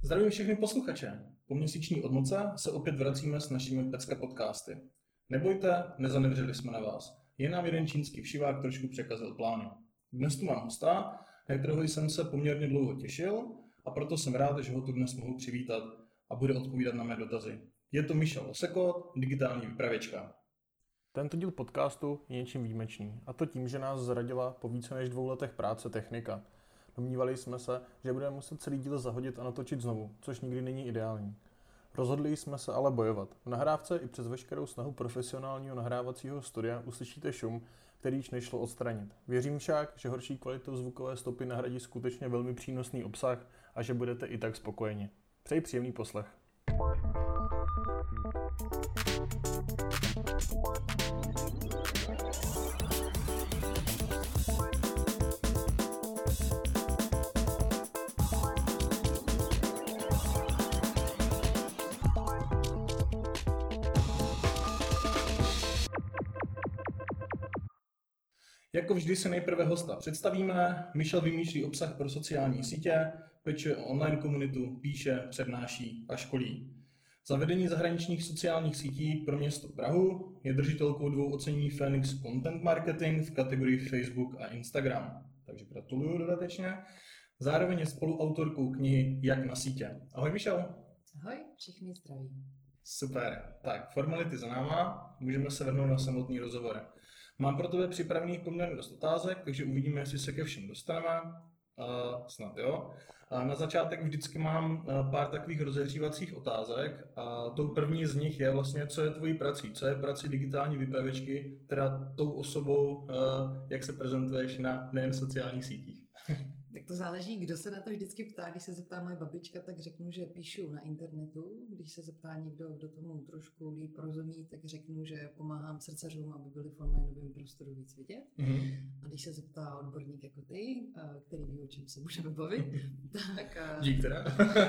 Zdravím všechny posluchače. Po měsíční odmoce se opět vracíme s našimi Pecka podcasty. Nebojte, nezanevřeli jsme na vás. Jen nám jeden čínský všivák trošku překazil plány. Dnes tu mám hosta, na kterého jsem se poměrně dlouho těšil a proto jsem rád, že ho tu dnes mohu přivítat a bude odpovídat na mé dotazy. Je to Michal Osekot, digitální vypravěčka. Tento díl podcastu je něčím výjimečný, a to tím, že nás zradila po více než 2 letech práce technika. Domnívali jsme se, že budeme muset celý díl zahodit a natočit znovu, což nikdy není ideální. Rozhodli jsme se ale bojovat. V nahrávce i přes veškerou snahu profesionálního nahrávacího studia uslyšíte šum, který již nešlo odstranit. Věřím však, že horší kvalitou zvukové stopy nahradí skutečně velmi přínosný obsah a že budete i tak spokojeni. Přeji příjemný poslech. Jako vždy se nejprve hosta představíme. Michal vymýšlí obsah pro sociální sítě, pečuje o online komunitu, píše, přednáší a školí. Za vedení zahraničních sociálních sítí pro město Prahu je držitelkou 2 ocenění Phoenix Content Marketing v kategorii Facebook a Instagram. Takže gratuluju dodatečně. Zároveň je spoluautorkou knihy Jak na sítě. Ahoj Michal. Ahoj, všichni zdraví. Super. Tak, formality za náma, můžeme se vrhnout na samotný rozhovor. Mám pro tebe připravených poměrně dost otázek, takže uvidíme, jestli se ke všem dostaneme. Snad jo. Na začátek vždycky mám pár takových rozehřívacích otázek. Tou první z nich je vlastně, co je tvojí prací, co je prací digitální vypravěčky, teda tou osobou, jak se prezentuješ na nejen sociálních sítích. Tak to záleží, kdo se na to vždycky ptá. Když se zeptá moje babička, tak řeknu, že píšu na internetu. Když se zeptá někdo, kdo tomu trošku líp rozumí, tak řeknu, že pomáhám srdcařům, aby byli v onlineovém prostoru víc vidět. A když se zeptá odborník jako ty, který ví, o čem se můžeme bavit, tak... Dík teda.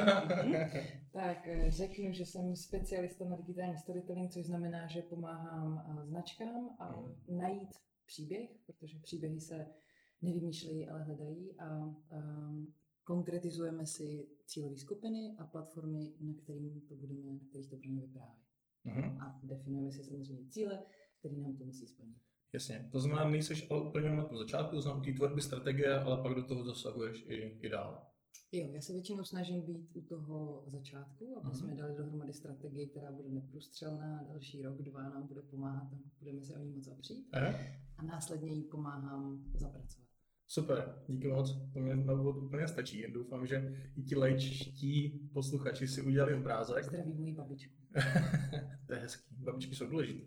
Tak řeknu, že jsem specialista na digitální storytelling, což znamená, že pomáhám značkám najít příběh, protože příběhy se nevymýšlejí, ale hledají a konkretizujeme si cílové skupiny a platformy, na kterých to budeme vyprávět. A definujeme si samozřejmě cíle, které nám to musí splnit. Jasně, to znamená, nejseš ale úplně na tom začátku, to znamená té tvorby strategie, ale pak do toho zasahuješ i dál. Jo, já se většinou snažím být u toho začátku, aby jsme dali dohromady strategii, která bude neprůstřelná, další rok, 2 nám bude pomáhat a budeme se o ní moc opřít. A následně jí pomáhám zapracovat. Super, díky moc, to mě na úvod úplně stačí. Doufám, že i ti laičtí posluchači si udělali obrázek. Zdraví moji babičku. To je hezký, babičky jsou důležitý.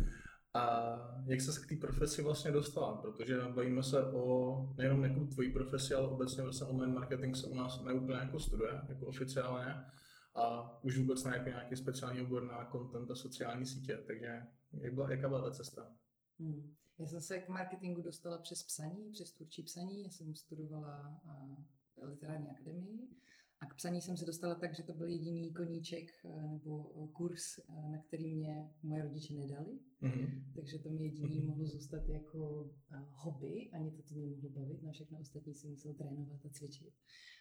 A jak se k té profesi vlastně dostala? Protože bavíme se o nejenom jako tvojí profesi, ale obecně vlastně online marketing se u nás neúplně jako studuje, jako oficiálně. A už vůbec ne jako nějaký speciální obor na content a sociální sítě. Takže jaká byla ta cesta? Já jsem se k marketingu dostala přes psaní, přes tvůrčí psaní. Já jsem studovala literární akademii a k psaní jsem se dostala tak, že to byl jediný koníček nebo kurz, na který mě moje rodiče nedali. Takže to mě jediný mohlo zůstat jako hobby, ani to mě mohlo bavit, na všechno ostatní si musel trénovat a cvičit.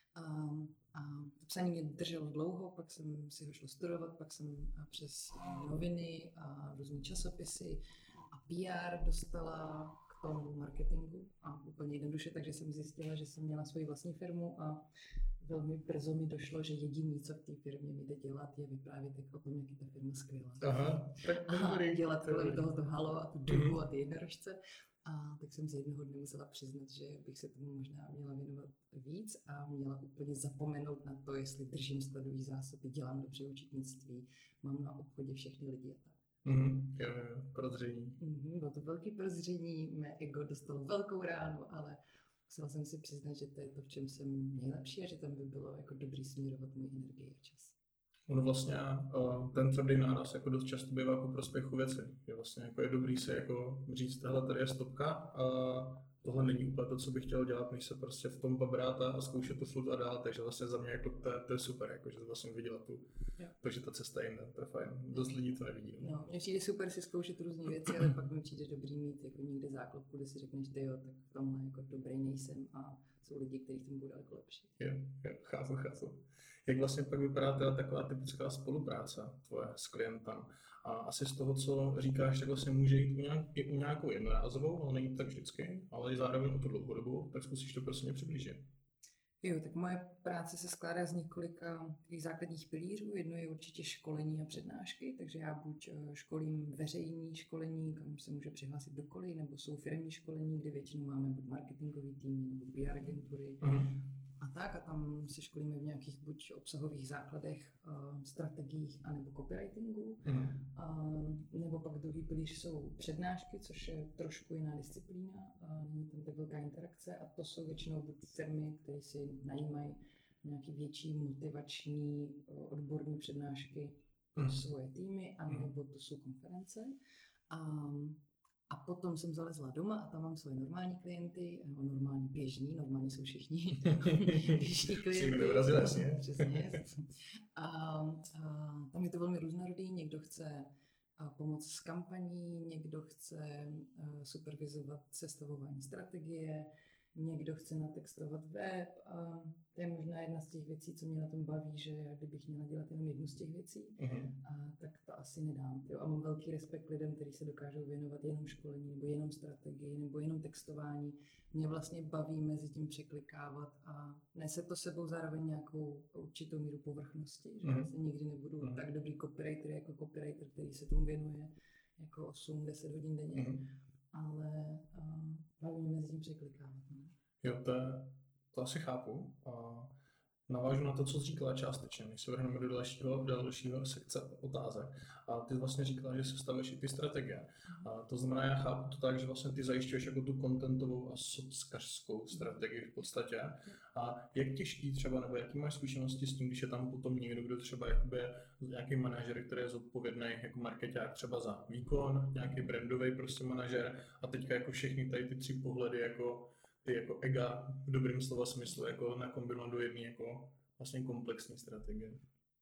A to psaní mě drželo dlouho, pak jsem si ho šla studovat, pak jsem přes noviny a různý časopisy a PR dostala k tomu marketingu a úplně jednoduše, takže jsem zjistila, že jsem měla svoji vlastní firmu a velmi brzo mi došlo, že jediný, co v té firmě mi jde dělat, je vyprávět o tom, jak je ta firma skvělá. A dělat kolem tohoto halo a tu duhu a ty jednorožce. A tak jsem si jednoho dne musela přiznat, že bych se tomu možná měla věnovat víc a měla úplně zapomenout na to, jestli držím skladové zásoby, dělám dobře účetnictví, mám na obchodě všechny lidi a tak. Prozření. Bylo to velké prozření, mé ego dostalo velkou ránu, ale musela jsem si přiznat, že to je to, v čem jsem nejlepší a že tam by bylo jako dobrý směrovat můj energii a čas. Ono vlastně ten tvrdý náraz jako dost často bývá ku prospěchu věci. Je vlastně jako je dobrý si jako říct, tohle tady je stopka a tohle není úplně to, co bych chtěl dělat, než se prostě v tom babrát a zkoušet to furt a dál, takže vlastně za mě jako to je super, jako, že vlastně viděla to, že ta cesta je jinde, to je fajn, dost lidí to nevidí. No, mně přijde super si zkoušet různé věci, ale pak mi přijde dobrý mít jako někde záklopku, kde si řekneš, ty jo, tak v tomhle jako dobrý nejsem a jsou lidi, kteří v tom budou daleko lepší. Jo, chápu. Jak vlastně pak vypadá teda taková typická spolupráce tvoje s klientem? A asi z toho, co říkáš, tak vlastně může jít i o nějakou jednorázovou, ale není to tak vždycky, ale i zároveň o tu dlouhodobou, tak zkusíš to prostě přiblížit. Jo, tak moje práce se skládá z několika těch základních pilířů. Jedno je určitě školení a přednášky, takže já buď školím veřejné školení, kam se může přihlásit kdokoliv, nebo jsou firemní školení, kde většinou máme buď marketingový tým, nebo PR agentury a tam se školíme v nějakých buď obsahových základech, strategiích, anebo copywritingu. Nebo pak druhý pilíř jsou přednášky, což je trošku jiná disciplína, není tam tak velká interakce a to jsou většinou buď firmy, které si najímají nějaké větší motivační odborné přednášky pro svoje týmy, anebo to jsou konference. A potom jsem zalezla doma a tam mám svoje normální klienty, nebo normální běžní, normální jsou všichni, běžní klienty. Přesně. A tam je to velmi různorodý, někdo chce pomoct s kampaní, někdo chce supervizovat sestavování strategie, někdo chce natextovat web a to je možná jedna z těch věcí, co mě na tom baví, že já kdybych měla dělat jenom jednu z těch věcí, tak to asi nedám. Jo? A mám velký respekt lidem, kteří se dokážou věnovat jenom školení, nebo jenom strategii, nebo jenom textování. Mě vlastně baví mezi tím překlikávat a nese to sebou zároveň nějakou určitou míru povrchnosti, že vlastně nikdy nebudu tak dobrý copywriter jako copywriter, který se tomu věnuje jako 8-10 hodin denně, ale baví mě mezi tím překlikávat. Ne? Jo, to asi chápu. Navážu na to, co jsi říkala částečně, než se vrhneme do dalšího sekce otázek. A ty vlastně říkala, že se stavuješ i ty strategie. A to znamená, já chápu to tak, že vlastně ty zajišťuješ jako tu contentovou a sockařskou strategii v podstatě. A jak těžký třeba, nebo jaký máš zkušenosti s tím, když je tam potom někdo, kdo třeba jakoby nějaký manažer, který je zodpovědný jako markeťák třeba za výkon, nějaký brandový prostě manažer a teďka jako všechny tady ty tři pohledy jako ty jako ega v dobrým slova smyslu jako nakombinovat do jedné jako vlastně komplexní strategie.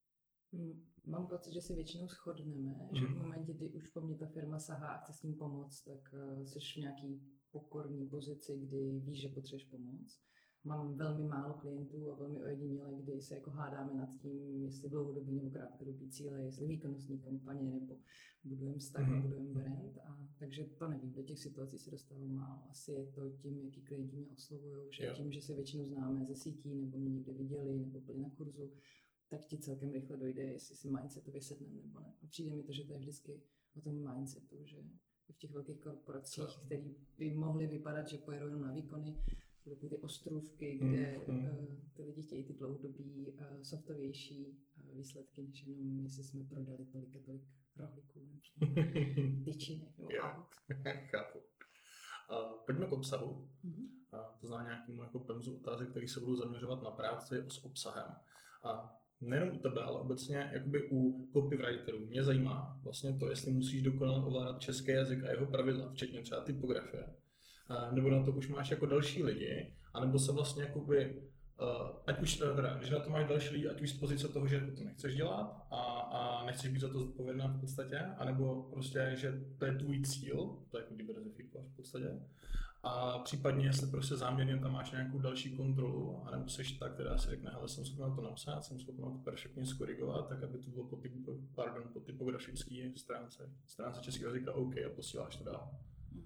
Mám pocit, že se většinou shodneme, že v momentě, kdy už po mně ta firma sahá a chce s tím pomoct, tak jsi v nějaký pokorný pozici, kdy víš, že potřebuješ pomoc. Mám velmi málo klientů a velmi ojediněle, kdy se jako hádáme nad tím, jestli dlouhodobý nebo krátkodobý cíle, jestli výkonnostní kampaně nebo budujeme vztah, budujeme brand. Takže to nevím, do těch situací se dostávám málo. Asi je to tím, jaký klienti mě oslovují, že tím, že se většinou známe ze sítí nebo mě někde viděli nebo byli na kurzu, tak ti celkem rychle dojde, jestli si mindsetově sedneme nebo ne. A přijde mi to, že to je vždycky o tom mindsetu, že v těch velkých korporacích, které by mohly vypadat, že pojedou jenom na výkony, budou ty ostrůvky, kde ty lidi chtějí ty dlouhodobý, softovější výsledky, než jenom jestli jsme prodali tolik a tolik rohlíků, tyčinek nebo aut. Chápu. Pojďme k obsahu. To znamená nějakému jako pemzu otázek, které se budou zaměřovat na práci s obsahem. A nejenom u tebe, ale obecně jakoby u copywriterů. Mě zajímá vlastně to, jestli musíš dokonale ovládat český jazyk a jeho pravidla, včetně třeba typografie. Nebo na to už máš jako další lidi, anebo se vlastně jakoby, ať už teda, když na to máš další lidi, ať už z pozice toho, že to nechceš dělat a nechceš být za to zodpovědná v podstatě, anebo prostě, že to je tvůj cíl, to je jako diverzifikovat v podstatě, a případně, jestli prostě záměrně tam máš nějakou další kontrolu, anebo seš tak, která si řekne, hele, jsem schopná to napsat, jsem schopná to perfektně skorigovat, tak aby to bylo po typografické stránce českého jazyka OK a posíláš to dál.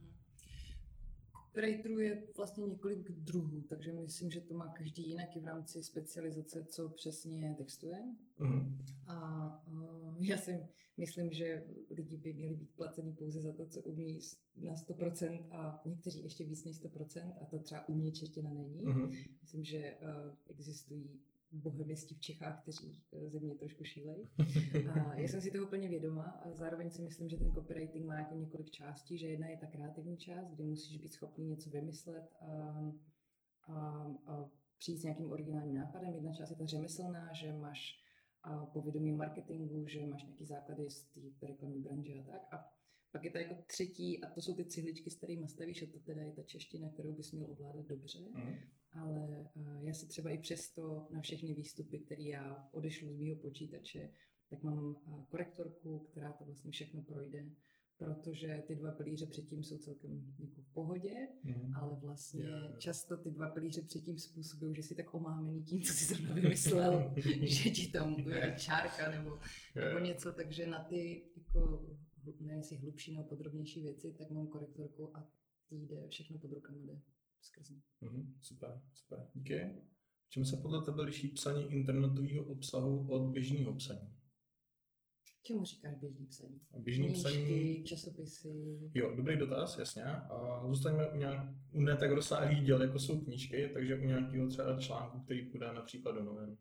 Copywriterů je vlastně několik druhů, takže myslím, že to má každý jinak i v rámci specializace, co přesně textuje. A já si myslím, že lidi by měli být placeni pouze za to, co umí na 100% a někteří ještě víc než 100% a to třeba umět čeština není. Myslím, že existují bohemisti v Čechách, kteří ze mě trošku šílejí. A já jsem si toho úplně vědoma a zároveň si myslím, že ten copywriting má jako několik částí, že jedna je ta kreativní část, kdy musíš být schopný něco vymyslet a přijít s nějakým originálním nápadem. Jedna část je ta řemeslná, že máš povědomí o marketingu, že máš nějaký základy z té reklamní branže a tak. A pak je to jako třetí, a to jsou ty cihličky, s kterými stavíš, a to teda je ta čeština, kterou bys měl ovládat dobře. Ale já si třeba i přesto na všechny výstupy, které já odešlu z mého počítače, tak mám korektorku, která to vlastně všechno projde. protože ty dva pilíře předtím jsou celkem jako v pohodě, ale vlastně často ty dva pilíře předtím způsobují, že jsi tak omámený tím, co jsi zrovna vymyslel, že ti tam bude čárka nebo něco, takže na ty jako, nevím, jestli hlubší nebo podrobnější věci, tak mám korektorku a jde všechno pod rukama, jde skrz ní. Super, díky. Čím se podle tebe liší psaní internetového obsahu od běžného psaní? Čemu říkáš běžný psaní? Běžný psaní... časopisy... Jo, dobrý dotaz, jasně. A zůstaňme u ne tak rozsáhlých děl, jako jsou knížky, takže u nějakého třeba článku, který půjde například do novin.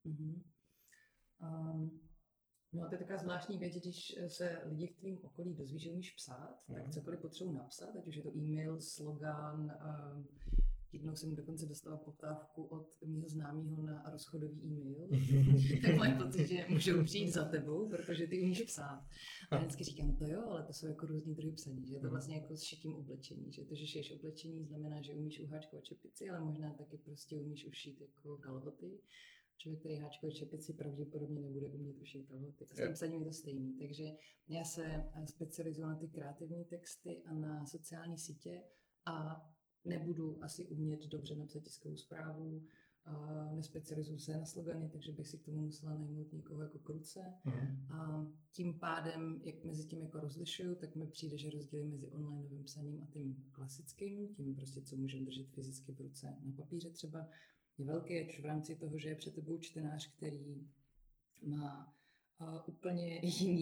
No to je taková zvláštní věc, když se lidi v tvým okolí dozví, že umíš psát, tak cokoliv potřebuji napsat, ať už je to e-mail, slogan, jednou jsem dokonce dostala poptávku od mého známého na rozchodový e-mail, tak mají pocit, že můžou přijít za tebou, protože ty umíš psát. A vždycky říkám, to jo, ale to jsou jako různý druhy psaní, že je to vlastně jako s šitím oblečení, že to, že šiješ oblečení, znamená, že umíš uháčkovat čepici, ale možná taky prostě umíš ušít jako kalhoty. Člověk, který háčkuje čepici, pravděpodobně nebude umět ušít kalhoty. A s tím psaním je to stejný. Takže já se specializuju na ty kreativní texty a na sociální sítě a nebudu asi umět dobře napsat tiskovou zprávu, nespecializuju se na slogany, takže bych si k tomu musela najmout někoho jako kruce. A tím pádem, jak mezi tím jako rozlišuju, tak mi přijde, že rozdíly mezi onlineovým psaním a tím klasickým, tím prostě, co můžeme držet fyzicky v ruce na papíře třeba, je velký, ať v rámci toho, že je před tebou čtenář, který má úplně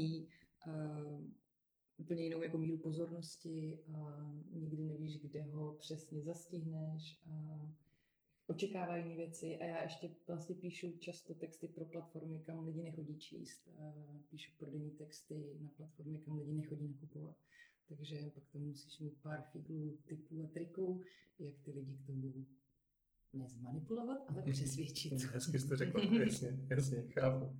jinou jako míru pozornosti a nikdy nevíš, kde ho přesně zastihneš. Očekává jiné věci a já ještě vlastně píšu často texty pro platformy, kam lidi nechodí číst. Píšu prodejní texty na platformy, kam lidi nechodí nakupovat. Takže pak tam musíš mít pár figlů, tipů a triků, jak ty lidi k tomu nezmanipulovat, ale přesvědčit. Hezky jste řekla, jasně, chápu.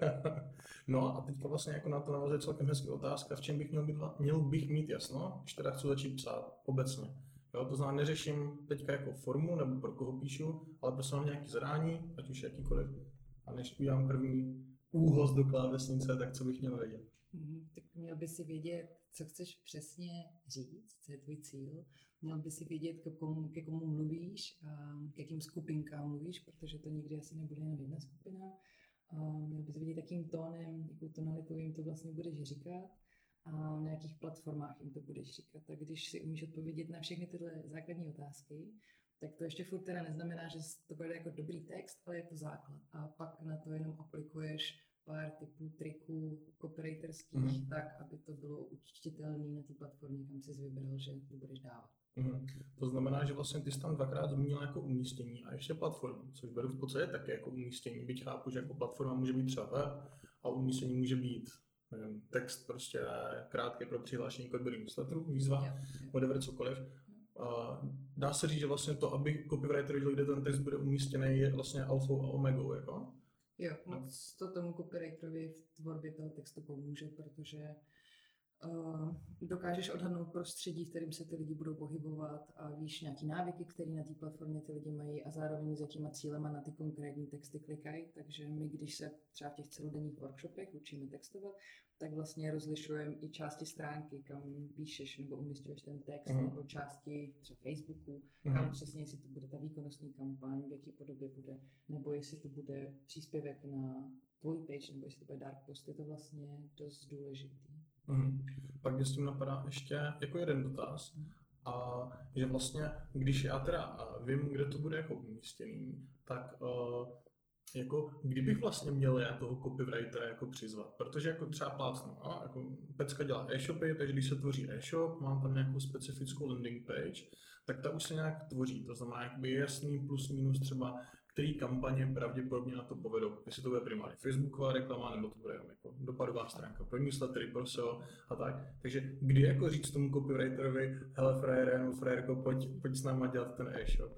No a teďka vlastně jako na to navazuje celkem hezká otázka, v čem bych měl bych mít jasno, když teda chci začít psát obecně. Jo, to znamená, neřeším teďka jako formu nebo pro koho píšu, ale prostě mám nějaké zadání, ať už jakýkoliv. A než udělám první úhoz do klávesnice, tak co bych měl vědět? Tak měl by si vědět, co chceš přesně říct, co je tvůj cíl. Měl by si vědět, ke komu mluvíš, k jakým skupinkám mluvíš, protože to nikdy asi nebude jen jedna skupina. Měl by si vědět, jakým tónem, jakou tonalitou jim to vlastně budeš říkat a na jakých platformách jim to budeš říkat. Tak když si umíš odpovědět na všechny tyhle základní otázky, tak to ještě furt teda neznamená, že to bude jako dobrý text, ale je to základ. A pak na to jenom aplikuješ pár typů triků copywriterských, tak, aby to bylo učitelné na té platformě, kam jsi vybral, že to budeš dávat. To znamená, že vlastně ty jsi tam dvakrát zmínil jako umístění a ještě platformu, což beru v podstatě také jako umístění, byť chápu, že jako platforma může být třeba web a umístění může být text prostě krátký pro přihlášení k odběru newsletteru, výzva, whatever, cokoliv. Dá se říct, že vlastně to, aby copywriter viděl, kde ten text bude umístěný, je vlastně alfou a omegou, jako? Jo, moc to tomu copywriterovi v tvorbě toho textu pomůže, protože dokážeš odhadnout prostředí, v kterém se ty lidi budou pohybovat a víš nějaký návyky, které na té platformě ty lidi mají a zároveň za těma cílema na ty konkrétní texty klikají. Takže my, když se třeba v těch celodenních workshopech učíme textovat, tak vlastně rozlišujeme i části stránky, kam píšeš nebo umísťuješ ten text, nebo části třeba Facebooku, kam přesně, jestli to bude ta výkonnostní kampaň, v jaký podobě bude, nebo jestli to bude příspěvek na tvůj page, nebo jestli to bude dark post, je to vlastně dost důležitý. Pak mě s tím napadá ještě jako jeden dotaz, a že vlastně, když já teda vím, kde to bude jako umístěný, tak jako kdybych vlastně měl já toho copywritera jako přizvat, protože jako třeba plácnu, jako Pecka dělá e-shopy, takže když se tvoří e-shop, mám tam nějakou specifickou landing page, tak ta už se nějak tvoří, to znamená jakoby jasný plus minus třeba, který kampaně pravděpodobně na to povedou, jestli to bude primárně facebooková reklama, nebo to bude jako dopadová stránka pro newslettery, pro SEO a tak. Takže kdy jako říct tomu copywriterovi, hele frajere nebo frajerko, pojď s náma dělat ten e-shop.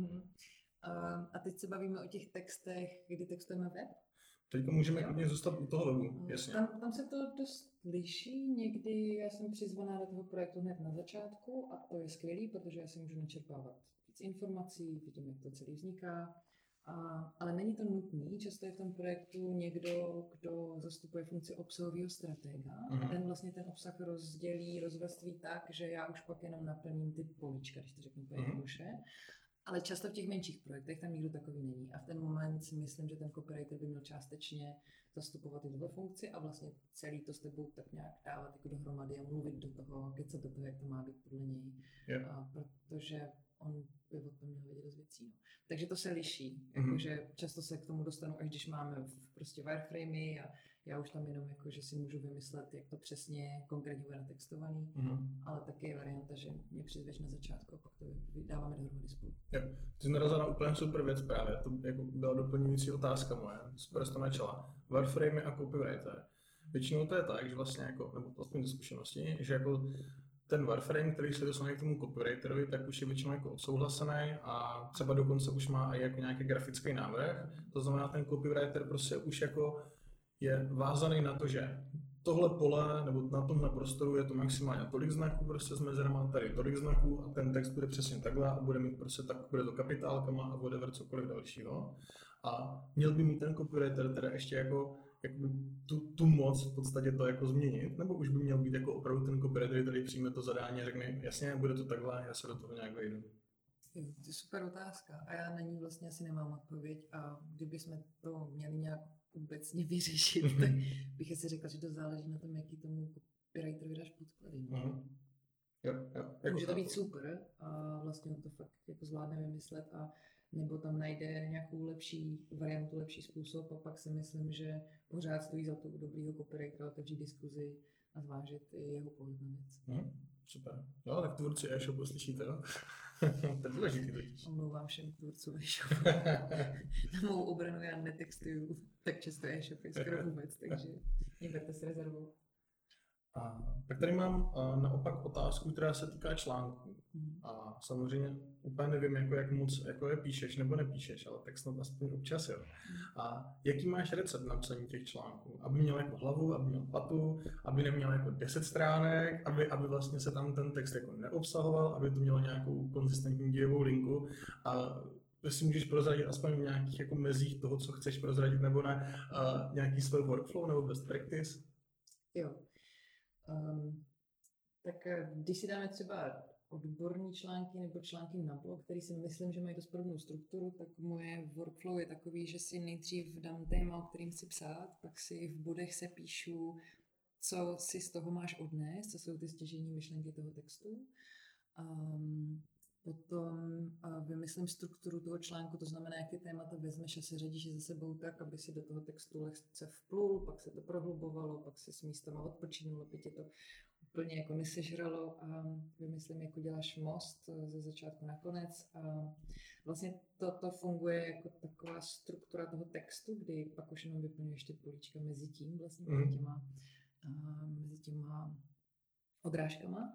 A teď se bavíme o těch textech, kdy textujeme web? Teďka můžeme klidně zůstat u toho webu, jasně. Tam se to dost liší, někdy já jsem přizvaná do toho projektu hned na začátku a to je skvělý, protože já si můžu načerpávat víc informací, vidím, jak to celý vzniká. Ale není to nutný, často je v tom projektu někdo, kdo zastupuje funkci obsahového stratega a ten vlastně ten obsah rozdělí, rozvrství tak, že já už pak jenom naplním ty políčka, když to řeknu úplně jednoduše. Ale často v těch menších projektech tam nikdo takový není a v ten moment si myslím, že ten copywriter by měl částečně zastupovat i tuto funkci a vlastně celý to s tebou tak nějak dávat jako dohromady a mluvit do toho, kecat do toho, jak to má být podle něj. Protože on by o tom měl vědět dost věcí. No. Takže to se liší. Jakože často se k tomu dostanu, až když máme prostě wireframey a já už tam jenom jako, že si můžu vymyslet, jak to přesně konkrétně bude natextovaný, ale taky je varianta, že mě přizveš na začátku a pak to vydáváme dohromady spolu. Jo. Ty jsi narazila na úplně super věc právě. To jako byla doplňující otázka moje. Super jsi to načala. Wireframey a copywriter. Většinou to je tak, že vlastně jako, nebo vlastně zkušenosti, že jako ten wireframe, který se dostane k tomu copywriterovi, tak už je většinou jako odsouhlasený a třeba dokonce už má i jako nějaký grafický návrh. To znamená, ten copywriter prostě už jako je vázaný na to, že tohle pole nebo na tomhle prostoru je to maximálně tolik znaků prostě s mezerama, tady tolik znaků a ten text bude přesně takhle a bude mít prostě tak, bude to kapitálkama a whatever cokoliv dalšího. A měl by mít ten copywriter teda ještě jako tu moc v podstatě to jako změnit, nebo už by měl být jako opravdu ten copywriter, který přijme to zadání a řekne, jasně, bude to takhle, já se do toho nějak vejdu. To je super otázka a já na ní vlastně asi nemám odpověď a kdyby jsme to měli nějak obecně vyřešit, tak bych asi řekla, že to záleží na tom, jaký tomu copywriterovi dáš podklady. Jo. Může to být super a vlastně on to fakt jako zvládne vymyslet a nebo tam najde nějakou lepší variantu, lepší způsob a pak si myslím, že pořád stojí za to u dobrýho copywritera otevřít diskuzi a zvážit i jeho pohled na věc. Super. Jo, tak tvůrci e-shopu slyšíte, jo? To je důležitý totiž. Omlouvám všem tvůrcům e-shopu. Na mou obranu já netextuju tak často e-shopy, skoro vůbec, takže mě berte s rezervou. Tak tady mám naopak otázku, která se týká článků. A samozřejmě úplně nevím, jak moc jako je píšeš nebo nepíšeš, ale tak snad aspoň občas, jo. A jaký máš recept na psaní těch článků? Aby měl jako hlavu, aby měl patu, aby neměl jako 10 stránek, aby vlastně se tam ten text jako neobsahoval, aby to mělo nějakou konzistentní dějovou linku. A si můžeš prozradit aspoň v nějakých jako mezích toho, co chceš prozradit, nebo ne, nějaký svůj workflow nebo best practice? Jo. Tak když si dáme třeba odborní články nebo články na blog, který si myslím, že mají dost podobnou strukturu, tak moje workflow je takový, že si nejdřív dám téma, o kterým chci psát, pak si v bodech se píšu, co si z toho máš odnést, co jsou ty stěžejní myšlenky toho textu. Potom vymyslím strukturu toho článku, to znamená, jak ty témata vezmeš a seřadíš je za sebou tak, aby si do toho textu lehce vplul, pak se to prohlubovalo, pak si s místama odpočinulo, aby tě to úplně jako nesežralo a vymyslím, jako děláš most ze začátku na konec. A vlastně to funguje jako taková struktura toho textu, kdy pak už jenom vyplňuješ ty políčka mezi tím, vlastně mezi těma odrážkama.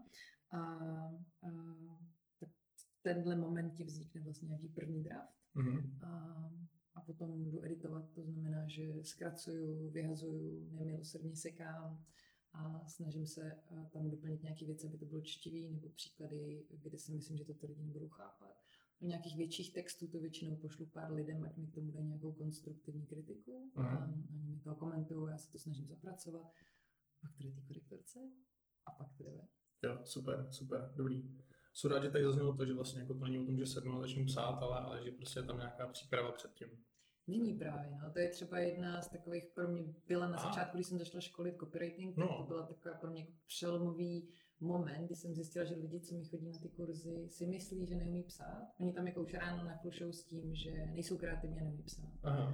Tenhle moment ti vznikne vlastně nějaký první draft a potom jdu editovat, to znamená, že zkracuju, vyhazuju, nemilosrdně sekám a snažím se tam doplnit nějaké věci, aby to bylo čtivý, nebo příklady, kde si myslím, že to ty lidi nebudou chápat. U nějakých větších textů to většinou pošlu pár lidem, ať mi k tomu dají nějakou konstruktivní kritiku. Oni mi to komentují, já se to snažím zapracovat. Pak to jde té korektorce a pak to jde. Jo, super, dobrý. Jsou rád, že tady zaznělo to, že vlastně jako to není o tom, že sednu a začnu psát, ale že prostě je tam nějaká příprava předtím. Není právě, no. To je třeba jedna z takových, pro mě byla na začátku, když jsem začala školit copywriting, tak to byla taková pro mě přelomový moment, kdy jsem zjistila, že lidi, co mi chodí na ty kurzy, si myslí, že neumí psát. Oni tam jako už ráno naklušou s tím, že nejsou kreativní a neumí psát.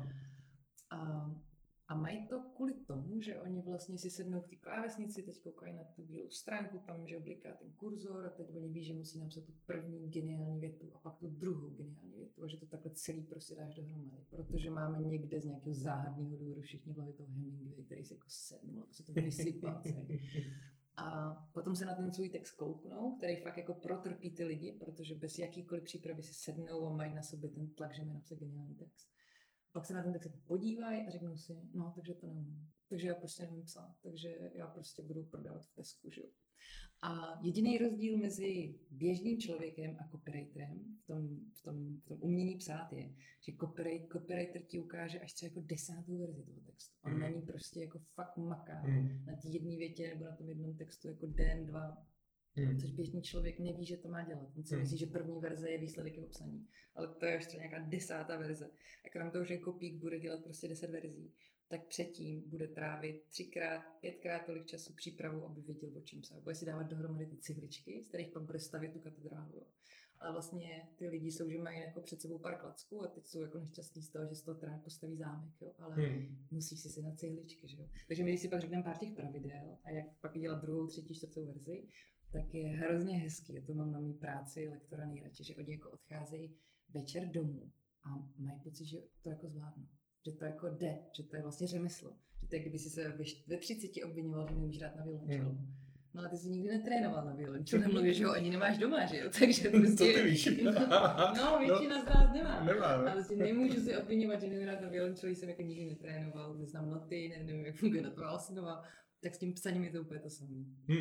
A mají to kvůli tomu, že oni vlastně si sednou k té klávesnici, teď koukají na tu bílou stránku, tam že obliká ten kurzor a teď oni ví, že musí napsat tu první geniální větu a pak tu druhou geniální větu a že to takhle celý prostě dáš dohromady. Protože máme někde z nějakého záhadného důvodu všichni v hlavě toho Hemingway, který se jako sednul a se to vysypá. A potom se na ten svůj text kouknou, který fakt jako protrpí ty lidi, protože bez jakýkoliv přípravy si sednou a mají na sobě ten tlak, že mají napsat geniální text. Pak se na ten text podívají a řeknou si, no, takže to neumím. Takže já prostě nevím psát, takže já prostě budu prodávat v Tesku, že jo. A jediný rozdíl mezi běžným člověkem a copywriterem v tom umění psát je, že copywriter ti ukáže až třeba jako 10. verzi toho textu. On na ní prostě jako fakt maká na té jedné větě nebo na tom jednom textu jako den, dva. Což běžný člověk neví, že to má dělat. On si myslí, že první verze je výsledek jeho psaní. Ale to je ještě nějaká 10. verze. A krom toho, že kopík bude dělat prostě 10 verzí, tak předtím bude trávit 3x, 5x tolik času přípravu, aby věděl, o čem psal. Bude si dávat dohromady ty cihličky, z kterých pak bude stavět tu katedrálu. Ale vlastně ty lidi jsou, že mají jako před sebou pár klacků a teď jsou jako nešťastní z toho, že z toho teda postaví zámek, jo? Ale musíš si na cihličky, že jo. Takže my, když si pak řekneme pár těch pravidel a jak pak dělat druhou, třetí, čtvrtou verzi, tak je hrozně hezký. Já to mám na mý práci lektora nejradši, že oni jako odcházejí večer domů a mají pocit, že to jako zvládnou. Že to jako jde, že to je vlastně řemeslo. Že to je, kdyby si se ve 30 obvinoval, že neumíš hrát na violončelu. No ale ty jsi nikdy netrénoval na violončelu, nemluvíš, že ho ani nemáš doma, že jo? Takže prostě... To ty víš. No, většina z nás nemá. Ale prostě nemůžu si obvinovat, že neumím hrát na violončelu, jsem jako nikdy netrénoval, neznám noty, nevím, jak funguje natová osnova, tak s tím psaním je to úplně to samé.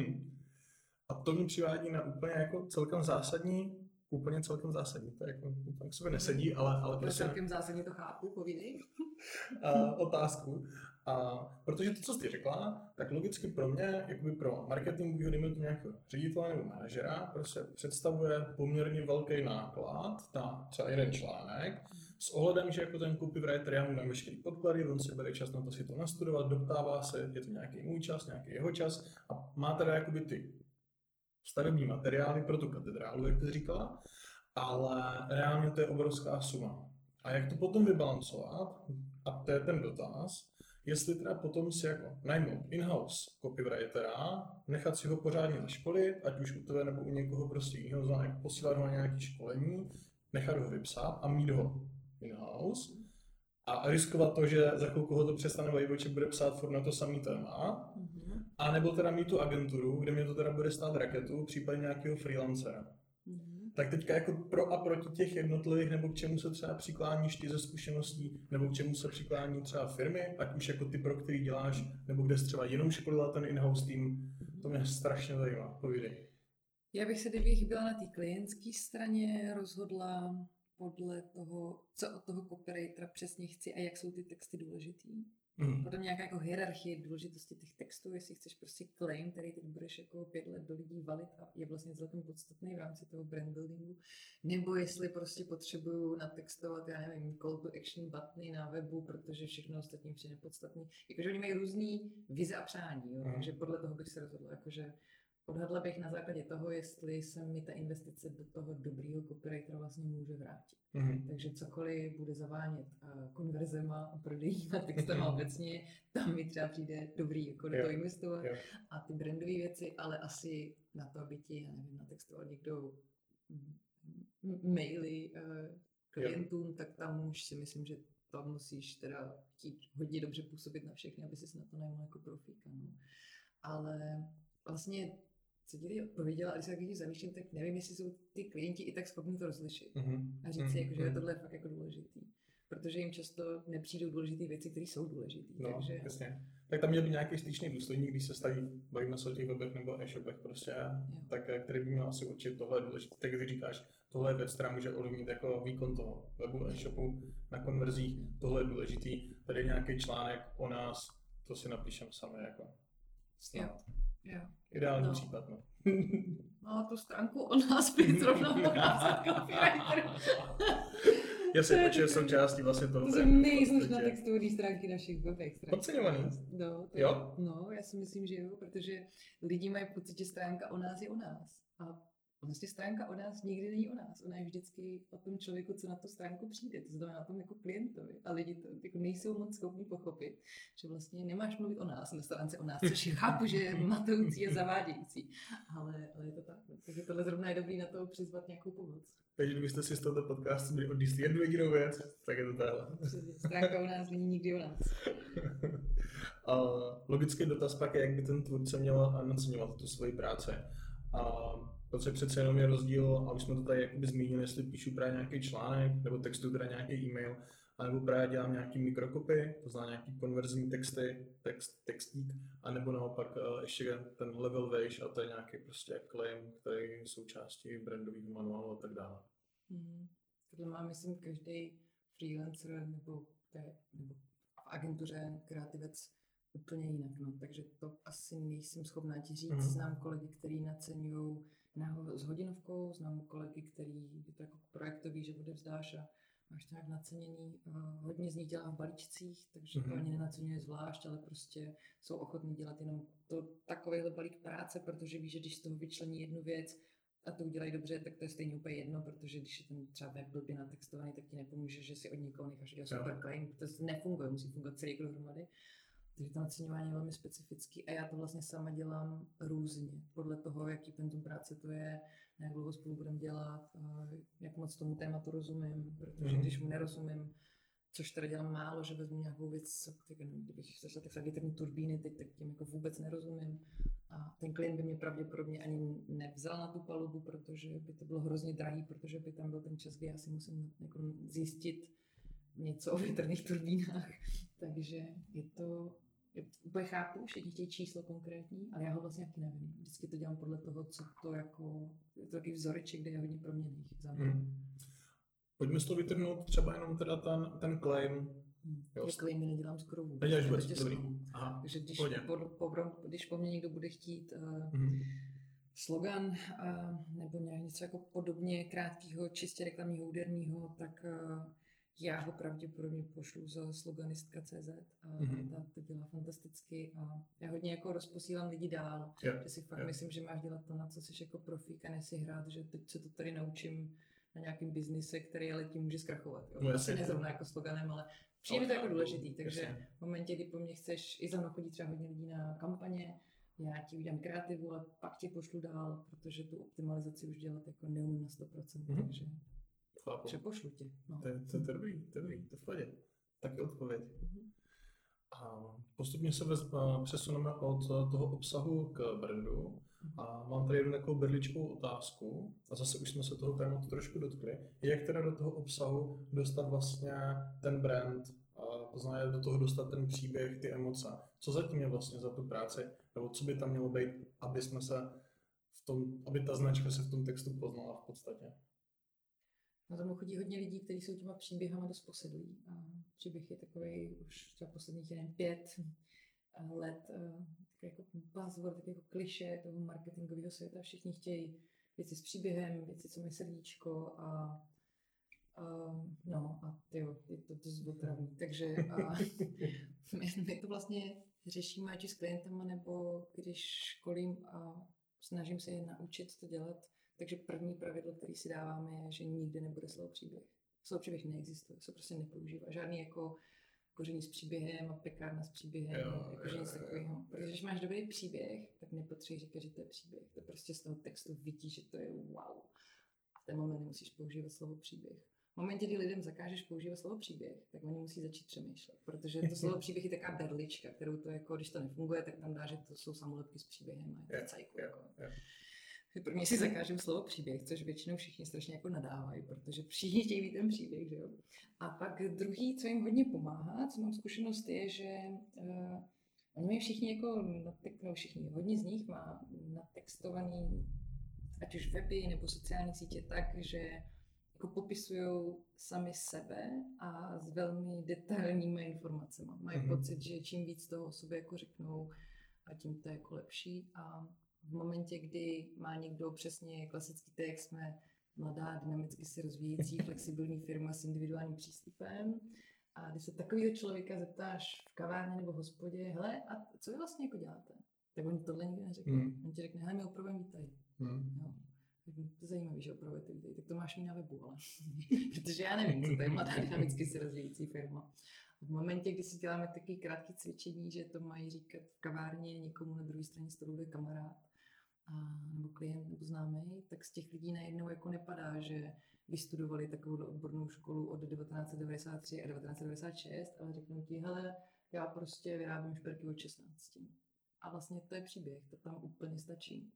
A to mě přivádí na úplně jako celkem zásadní, to je jako úplně k sobě nesedí, ale prostě... Celkem zásadně to chápu, povídej. Otázku. Protože to, co jsi řekla, tak logicky pro mě, jakoby pro marketingového, dejme to nějakého ředitele nebo manažera, prostě představuje poměrně velký náklad na třeba jeden článek, s ohledem, že jako ten copywriter, já mu dám veškerý podklady, on si bere čas na to si to nastudovat, doptává se, je to nějaký můj čas, nějaký jeho čas a má teda jakoby ty stavební materiály pro tu katedrálu, jak jsi říkala, ale reálně to je obrovská suma. A jak to potom vybalancovat, a to je ten dotaz, jestli teda potom si jako najmout in-house copywritera, nechat si ho pořádně zaškolit, ať už u tebe nebo u někoho prostě jiného, posílat ho na nějaké školení, nechat ho vypsat a mít ho in-house a riskovat to, že za chvilku ho to přestane bavit, že bude psát furt na to samý téma, a nebo teda mít tu agenturu, kde mě to teda bude stát raketu, případně nějakého freelancera. Tak teďka jako pro a proti těch jednotlivých, nebo k čemu se třeba přikláníš ty ze zkušeností, nebo k čemu se přiklání třeba firmy, ať už jako ty, pro který děláš, nebo kde jsi třeba jenom školila ten in-house tým, to mě strašně zajímá, povídej. Já bych se, kdybych byla na té klientské straně, rozhodla podle toho, co od toho copywritera přesně chci a jak jsou ty texty důležitý. Potom nějaká jako hierarchie důležitosti těch textů, jestli chceš prostě claim, který teď budeš jako 5 let do lidí valit a je vlastně celkem podstatný v rámci toho brand buildingu, nebo jestli prostě potřebuju natextovat, já nevím, call to action buttony na webu, protože všechno ostatní je nepodstatný. Jakože oni mají různý vize a přání, jo? Takže podle toho bych se rozhodla, jakože odhadla bych na základě toho, jestli se mi ta investice do toho dobrýho copywritera vlastně může vrátit. Takže cokoliv bude zavánět konverzema a prodejníma textama obecně, tam mi třeba přijde dobrý jako do toho investovat. A ty brandové věci, ale asi na to, aby ti, já nevím, natextoval někdo maily klientům, tak tam už si myslím, že tam musíš teda chtít hodně dobře působit na všechny, aby si na to nemohl jako profíka. No. Ale vlastně co ti odpověděla, a když se taky zamýšlím, tak nevím, jestli jsou ty klienti i tak schopni to rozlišit. A říct si, jako, že tohle je fakt jako důležitý. Protože jim často nepřijdou důležité věci, které jsou důležité. No, takže... jasně. Tak tam měl být nějaký styčný důstojník, když se staví, bavíme se o těch webech nebo e-shopech prostě, tak který by měl asi určit, tohle je důležité. Tak když říkáš, tohle je věc, která může ovlivnit jako výkon toho webu, e-shopu na konverzích, tohle je důležitý, tady je nějaký článek o nás, to si napíšeme sami jako. Snad. Jo. Ideální případ, no. No, tu stránku o nás by zrovna mohl napsat copywriter. Já si počuji součástí vlastně toho. To jsou nejslušná textové stránky našich webech. Podceňovaný? Jo? No, já si myslím, že jo, protože lidi mají pocit, že stránka o nás je o nás. A vlastně stránka o nás nikdy není o nás. Ona je vždycky o tom člověku, co na tu stránku přijde. To znamená o tom jako klientovi. A lidi to jako nejsou moc schopni pochopit, že vlastně nemáš mluvit o nás na stránce o nás, což chápu, že je matoucí a zavádějící. Ale je to tak. Takže tohle zrovna je dobrý na to přizvat nějakou pomoc. Takže kdybyste si z tohoto podcastu byli odníst jednu jedinou věc, tak je to tahle. Stránka o nás není nikdy o nás. Logický dotaz pak je, jak by ten tvůrce měl naceňovat tu svoji práci. Protože přece jenom je rozdíl, a už jsme to tady jakoby zmínili, jestli píšu právě nějaký článek, nebo textu teda nějaký e-mail, anebo právě dělám nějaký mikrokopy, to znamená nějaký konverzní texty, textík, anebo naopak ještě ten level vejš a to je nějaký prostě claim, který je součástí brandového manuálu a tak dále. Tohle má, myslím, každý freelancer nebo v agentuře kreativec úplně jinak, no. Takže to asi nejsem schopná ti říct. Znám kolegy, který naceňují s hodinovkou, znám kolegy, který je to jako projektový, že odevzdáš a máš to nějak naceněný. Hodně z nich dělá v balíčcích, takže to ani nenaceňuje zvlášť, ale prostě jsou ochotní dělat jenom takovýhle balík práce, protože ví, že když z toho vyčlení jednu věc a to udělají dobře, tak to je stejně úplně jedno, protože když je ten třeba web blbě natextovaný, tak ti nepomůže, že si od někoho necháš udělat super claim, to nefunguje, musí fungovat celý dohromady. Takže to naceňování je velmi specifický a já to vlastně sama dělám různě, podle toho, jaký penzum práce to je, jak dlouho spolu budeme dělat, jak moc tomu tématu rozumím, protože když mu nerozumím, což teda dělám málo, že vezmu nějakou věc, kdybych začala tak větrní turbíny, teď tak tím jako vůbec nerozumím. A ten klient by mě pravděpodobně ani nevzal na tu palubu, protože by to bylo hrozně drahý, protože by tam byl ten čas, kdy já si musím jako zjistit něco o větrných turbínách. Takže úplně chápu, všichni chtějí číslo konkrétní, ale já ho vlastně taky nevím. Vždycky to dělám podle toho, co to jako, je to takový vzoreček, kde je hodně proměnných za mě. Pojďme z toho vytrhnout třeba jenom teda ten claim. Já claimy nedělám skoro vůbec. Neděláš vůbec, dobrý. Takže když po mně někdo bude chtít slogan nebo něco jako podobně krátkého, čistě reklamního, úderného, tak já ho pravděpodobně pošlu za sloganistka.cz a ta to dělá fantasticky a já hodně jako rozposílám lidi dál, že si fakt myslím, že máš dělat to, na co jsi jako profík a ne si hrát, že teď se to tady naučím na nějakým biznise, který ale tím může zkrachovat. Jo? Asi nezrovna jako sloganem, ale přijde mi to jako důležitý, takže v momentě, kdy po mně chceš, i za mnou chodí třeba hodně lidí na kampaně, já ti udělám kreativu, ale pak ti pošlu dál, protože tu optimalizaci už dělat jako neumím na 100%, takže přepošlu tě. No. To je dobrý, to je v pohodě. Taky odpověď. A postupně se přesuneme od toho obsahu k brandu. A mám tady jednu takovou berličkovou otázku, a zase už jsme se toho tématu trošku dotkli. Jak teda do toho obsahu dostat vlastně ten brand, to znamená do toho dostat ten příběh, ty emoce. Co zatím je vlastně za tu práci, nebo co by tam mělo být, aby ta značka se v tom textu poznala v podstatě? Na tomu chodí hodně lidí, kteří jsou těma příběhama dost posedlí. A příběh je takový už třeba posledních 5 let, takový jako buzzword, takový jako klišé toho marketingového světa. Všichni chtějí věci s příběhem, věci, co mají srdíčko a je to dost otravný. Takže my to vlastně řešíme ať s klientama, nebo když školím a snažím se je naučit to dělat. Takže první pravidlo, který si dáváme, je, že nikdy nebude slovo příběh. Slovo příběh neexistuje, se prostě nepoužívá. Žádný jako koření s příběhem a pekárna s příběhem, jakože nic takového. Protože když máš dobrý příběh, tak nepotřebuješ říkat, že to je příběh. To prostě z toho textu vidí, že to je wow. A v ten moment nemusíš používat slovo příběh. V momentě, kdy lidem zakážeš používat slovo příběh, tak oni musí začít přemýšlet. Protože to slovo příběh je taková berlička, kterou to jako, když to nefunguje, tak tam dá, že to jsou samolepky s příběhem a je to cajku. Prvně si zakážem slovo příběh, což většinou všichni strašně jako nadávají, protože všichni chtějí mít ten příběh, že jo. A pak druhý, co jim hodně pomáhá, co mám zkušenost, je, že oni mají všichni jako, hodně z nich má natextovaný, ať už weby nebo sociální sítě tak, že jako popisují sami sebe a s velmi detailními informacemi. Mají pocit, že čím víc toho o sobě jako řeknou, a tím to je jako lepší. A v momentě, kdy má někdo přesně klasický text, jsme mladá, dynamicky se rozvíjející, flexibilní firma s individuálním přístupem. A když se takového člověka zeptáš v kavárně nebo v hospodě, hele, a co vy vlastně jako děláte? Tak oni tohle nikdy neřekne. On ti řekne, hele, my opravujeme výtahy. Jo. Tak to je zajímavé, že opravujete výtahy. Tak to máš mít na webu, ale protože já nevím, co to je mladá, dynamicky se rozvíjející firma. V momentě, kdy si děláme takové krátké cvičení, že to mají říkat v kavárně někomu na druhé straně stolu, bude kamarád nebo klient nebo známý, tak z těch lidí najednou jako nepadá, že vystudovali takovou odbornou školu od 1993 a 1996, ale řeknou ti, hele, já prostě vyrábím šperky od 16. A vlastně to je příběh, to tam úplně stačí.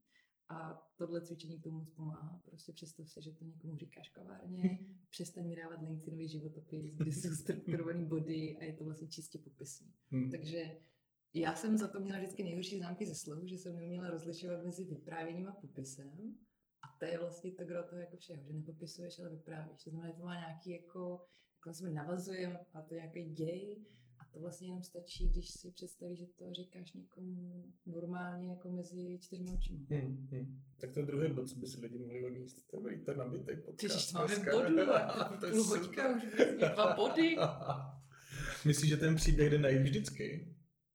A tohle cvičení k tomu moc pomáhá. Prostě představ si, že to někomu říkáš kavárně, přestaň mi dávat LinkedInový životopis, kde jsou strukturovaný body a je to vlastně čistě popisný. Takže já jsem za to měla vždycky nejhorší známky ze slohu, že jsem neuměla rozlišovat mezi vyprávěním a popisem. A to je vlastně to gro toho jako všeho, že nepopisuješ, ale vyprávíš. To znamená, že to má nějaký jako se navazujeme a to je nějaký děj. A to vlastně jenom stačí, když si představíš, že to říkáš někomu normálně jako mezi 4 očima. Tak to je druhý bod, co by si lidi mohli odníst. To je to nabitej podcast. Tyžiž máme bodu a půl hoďka už vlastně 2 body. Myslíš, že ten příběh jde najít vždycky?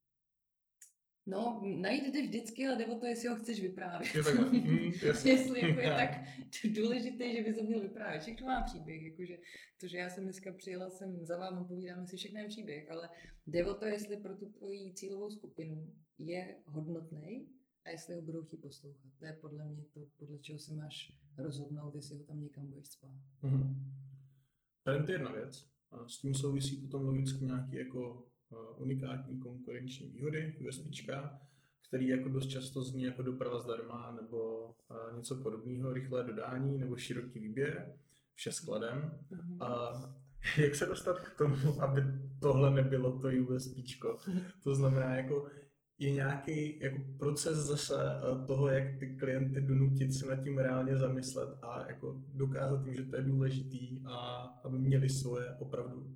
No, najít jde vždycky, ale jde o to, jestli ho chceš vyprávět. Je takhle. Jestli jako je tak důležité, že bys ho měl vyprávět. Všechno má příběh, jakože to, že já jsem dneska přijela sem za vámi, povídáme si všechno je příběh, ale jde o to, jestli pro tu tvoji cílovou skupinu je hodnotný a jestli ho budou chtít poslouchat. To je podle mě to, podle čeho se máš rozhodnout, jestli ho tam někam budeš spát. Tady to je jedna věc. A s tím souvisí potom logicky nějaký jako unikátní konkurenční výhody, USPčka, který jako dost často zní jako doprava zdarma nebo něco podobného, rychlé dodání nebo široký výběr, vše skladem. A jak se dostat k tomu, aby tohle nebylo to USPčko? To znamená, jako je nějaký jako proces zase toho, jak ty klienty donutit se nad tím reálně zamyslet a jako dokázat jim, že to je důležitý a aby měli svoje opravdu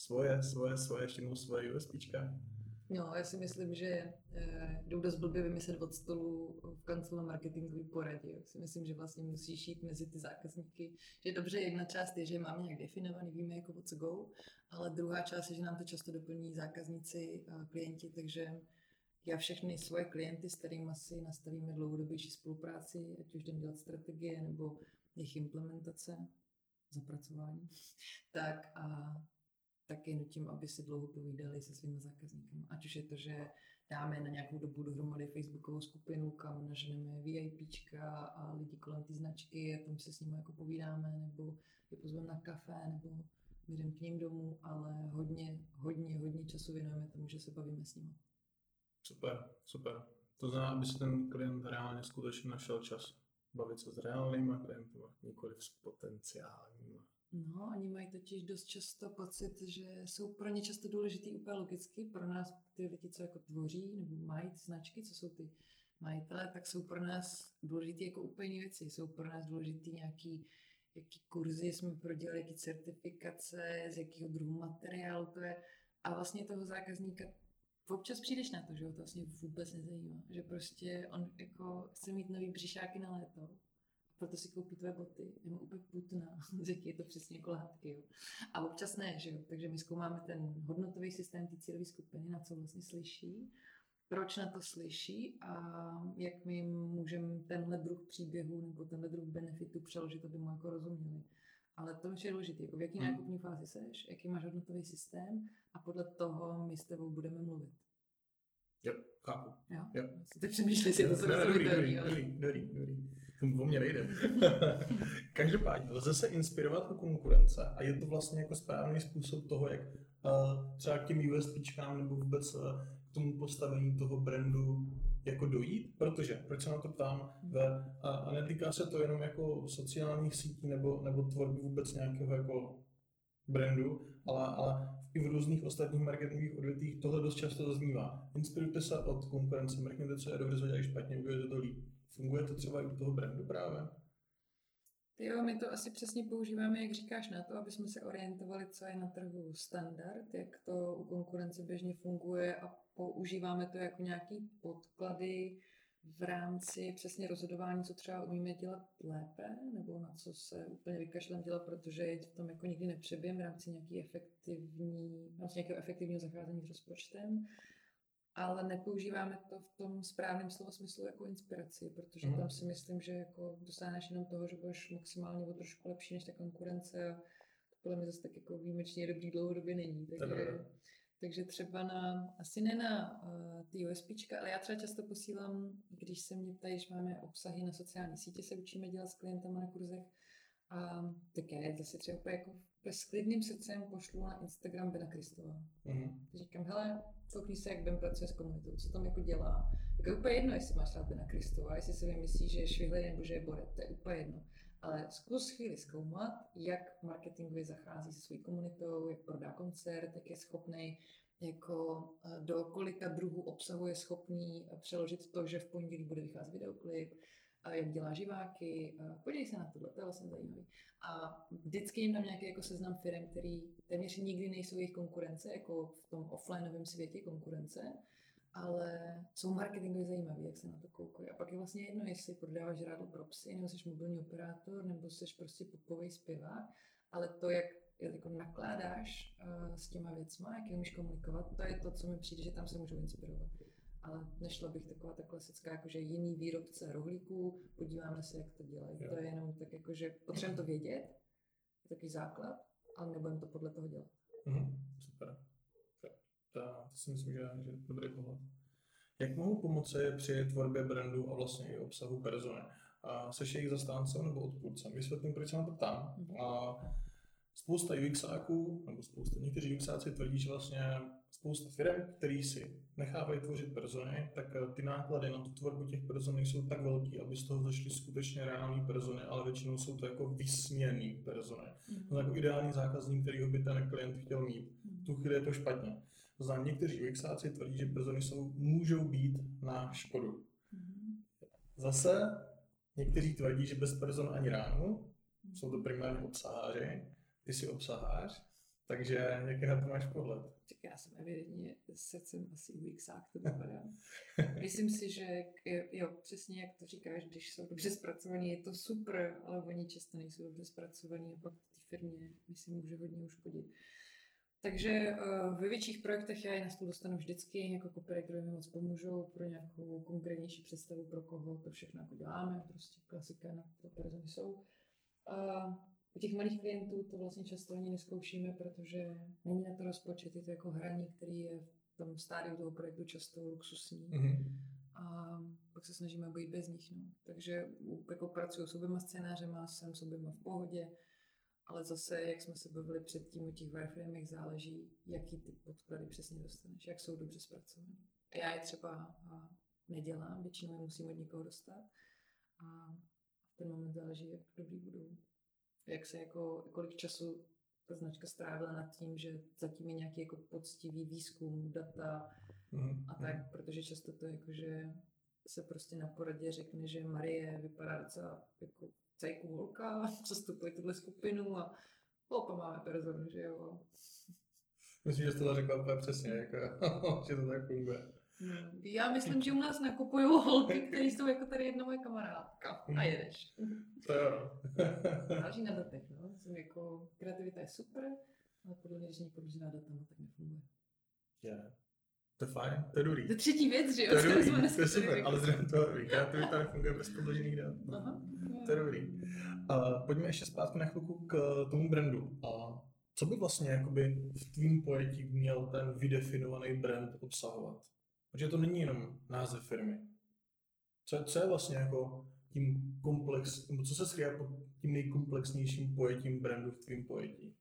svoje USPčka. No, já si myslím, že jdou dost blbě vymyslet od stolu v kanclu na marketingový poradě. Já si myslím, že vlastně musíš jít mezi ty zákazníky. Že dobře, jedna část je, že máme nějak definovaný, víme jako what's go, ale druhá část je, že nám to často doplní zákazníci a klienti, takže já všechny svoje klienty, s kterými si nastavíme dlouhodobější spolupráci, ať už jdem dělat strategie nebo jejich implementace, zapracování, tak je nutím, aby si dlouho povídali se svými zákazníky. Ať už je to, že dáme na nějakou dobu dohromady facebookovou skupinu, kam naženeme VIPčka a lidi kolem té značky a tam se s nimi jako povídáme, nebo je pozveme na kafe, nebo jdeme k ním domů, ale hodně času věnujeme tomu, že se bavíme s nimi. Super. To znamená, aby si ten klient reálně skutečně našel čas bavit se s reálnýma klienty, nikoliv s potenciálníma. No, oni mají totiž dost často pocit, že jsou pro ně často důležitý úplně logicky. Pro nás ty lidi, co jako tvoří nebo mají ty značky, co jsou ty majitele, tak jsou pro nás důležitý jako úplně věci. Jsou pro nás důležitý jaký kurzy jsme prodělali, jaký certifikace, z jakého druhu materiálu to je. A vlastně toho zákazníka občas přijdeš na to, že ho to vlastně vůbec nezajímá. Že prostě on jako chce mít nový břišáky na léto, proto si koupí tvé boty, je mu úplně putná, z jaký je to přesně jako látky. Jo. A občas ne, že jo. Takže my zkoumáme ten hodnotový systém té cílové skupiny, na co vlastně slyší, proč na to slyší a jak my můžeme tenhle druh příběhu nebo tenhle druh benefitu přeložit, aby mu jako rozuměli. Ale to je důležité, jako v jaký nákupní fázi seš, jaký máš hodnotový systém a podle toho my s tebou budeme mluvit. Jo, chápu. Jo. Ty přemýšlíš, jestli to srozumitelný. Dobrý. O mě nejde. Každopádně lze se inspirovat u konkurence a je to vlastně jako správný způsob toho, jak třeba k těm USPčkám nebo vůbec k tomu postavení toho brandu jako dojít, protože, proč se na to ptám, a netýká se to jenom jako sociálních sítí nebo tvorby vůbec nějakého jako brandu, ale i v různých ostatních marketingových odvětvích tohle dost často zaznívá. Inspirujte se od konkurence, mrkněte, co je dobře, co dělají špatně, udělejte to líp. Funguje to třeba i u toho brandu právě? Jo, my to asi přesně používáme, jak říkáš, na to, aby jsme se orientovali, co je na trhu standard, jak to u konkurence běžně funguje a používáme to jako nějaký podklady v rámci přesně rozhodování, co třeba umíme dělat lépe, nebo na co se úplně vykašlem dělat, protože je v tom jako nikdy nepřebijeme v rámci nějakého efektivního zacházení s rozpočtem. Ale nepoužíváme to v tom správném slova smyslu jako inspiraci, protože tam si myslím, že jako dosáhneš jenom toho, že budeš maximálně o trošku lepší než ta konkurence a to podle mě zase tak jako výjimečně dobrý dlouhodobě není. Takže třeba asi ne na ty USPčka, ale já třeba často posílám, když se mě ptají, že máme obsahy na sociální sítě, se učíme dělat s klientama na kurzech, a tak já zase třeba jako s klidným srdcem pošlu na Instagram Bena Kristova. Říkám, hele, koukni se, jak Ben pracuje s komunitou, co tam jako dělá. Jako je úplně jedno, jestli máš rád Bena Kristova, jestli si myslíš, že je švihlej nebo že je boret, to je úplně jedno. Ale zkus chvíli zkoumat, jak marketingově zachází se svou komunitou, jak prodá koncert, jak je schopný, jako do kolika druhů obsahu je schopný přeložit to, že v pondělí bude vycházet videoklip, jak dělá živáky, podívej se na tohle, to je vlastně zajímavý. A vždycky jim dám nějaký jako seznam firm, který téměř nikdy nejsou jejich konkurence, jako v tom offlineovém světě konkurence, ale jsou marketingově zajímavý, jak se na to koukají. A pak je vlastně jedno, jestli prodáváš žrádlo pro psy, nebo jsi mobilní operátor, nebo jsi prostě popový zpěvák, ale to, jak jako nakládáš s těma věcma, jak je umíš komunikovat, to je to, co mi přijde, že tam se můžou inspirovat. Ale nešla bych taková ta klasická, jakože jiný výrobce rohlíků, podíváme se, jak to dělají. To je jenom tak, jakože potřebujeme to vědět, je takový základ, ale nebudeme to podle toho dělat. Super. To si myslím, že je dobrý pohled. Jak mohou pomoci při tvorbě brandu a vlastně i obsahu persony? Seš jejich zastáncem nebo odpůrcem? Vysvětlím, proč se na to ptám. Spousta UXáků, nebo někteří UXáci tvrdí, že vlastně spousta firm, který si nechávají tvořit persony, tak ty náklady na tu tvorbu těch person nejsou tak velký, aby z toho zašly skutečně reální persony, ale většinou jsou to jako vysněný persony. To je jako ideální zákazník, kterýho by ten klient chtěl mít. V tu chvíli je to špatně. To znamená, někteří UXáci tvrdí, že persony můžou být na škodu. Zase někteří tvrdí, že bez person ani ránu, jsou to primárně obsaháři, ty jsi obsahář, takže jaký na to máš pohled? Já jsem evidentně srdcem asi UXák, to vypadá. Myslím si, že jo, přesně jak to říkáš, když jsou dobře zpracovaní, je to super, ale oni často nejsou dobře zpracovaní a pak ty firmě, myslím, může hodně uškodit. Takže ve větších projektech já je na stůl dostanu vždycky, jako copywriterovi mi moc pomůžou pro nějakou konkrétnější představu, pro koho to všechno jako děláme, prostě klasika na to persony jsou. U těch malých klientů to vlastně často ani neskoušíme, protože není na to rozpočet, je to jako hraní, který je v tom stádiu toho projektu často luxusní. A pak se snažíme obejít bez nich. No. Takže jako pracuju s oběma scénářema, jsem s oběma v pohodě, ale zase, jak jsme se bavili předtím o těch wireframech, záleží, jaký typ podklady přesně dostaneš, jak jsou dobře zpracované. A já je třeba nedělám, většinou je musím od někoho dostat. A v ten moment záleží, jak dobrý budou. Jak se kolik času ta značka strávila nad tím, že zatím je nějaký jako poctivý výzkum, data a tak, protože často to jako, že se prostě na poradě řekne, že Marie vypadá docela jako cajku holka, zastupuje tuhle skupinu a opa máme personu, že jo. Myslím, že jsi to řekla úplně přesně, jako, že to tak funguje. Já myslím, že u nás nakupují holky, které jsou jako tady jedna moje kamarádka a jedeš. To jo. Záleží na datech, no. Jsem jako, kreativita je super, ale podle mě, když není podložená datama, tak nefunguje. Yeah. To je fajn, to je dobrý. To je třetí věc, že jo? To je dobrý, to je super, ale zřejmě to je dobrý. Kreativita nefunguje bez podložených dat. To je dobrý. Pojďme ještě zpátky na chvilku k tomu brandu. Co by vlastně jakoby v tvým pojetí měl ten vydefinovaný brand obsahovat? Protože to není jenom název firmy. Co je vlastně jako tím nebo co se skrývá pod tím nejkomplexnějším pojetím brandu v tvým pojetí?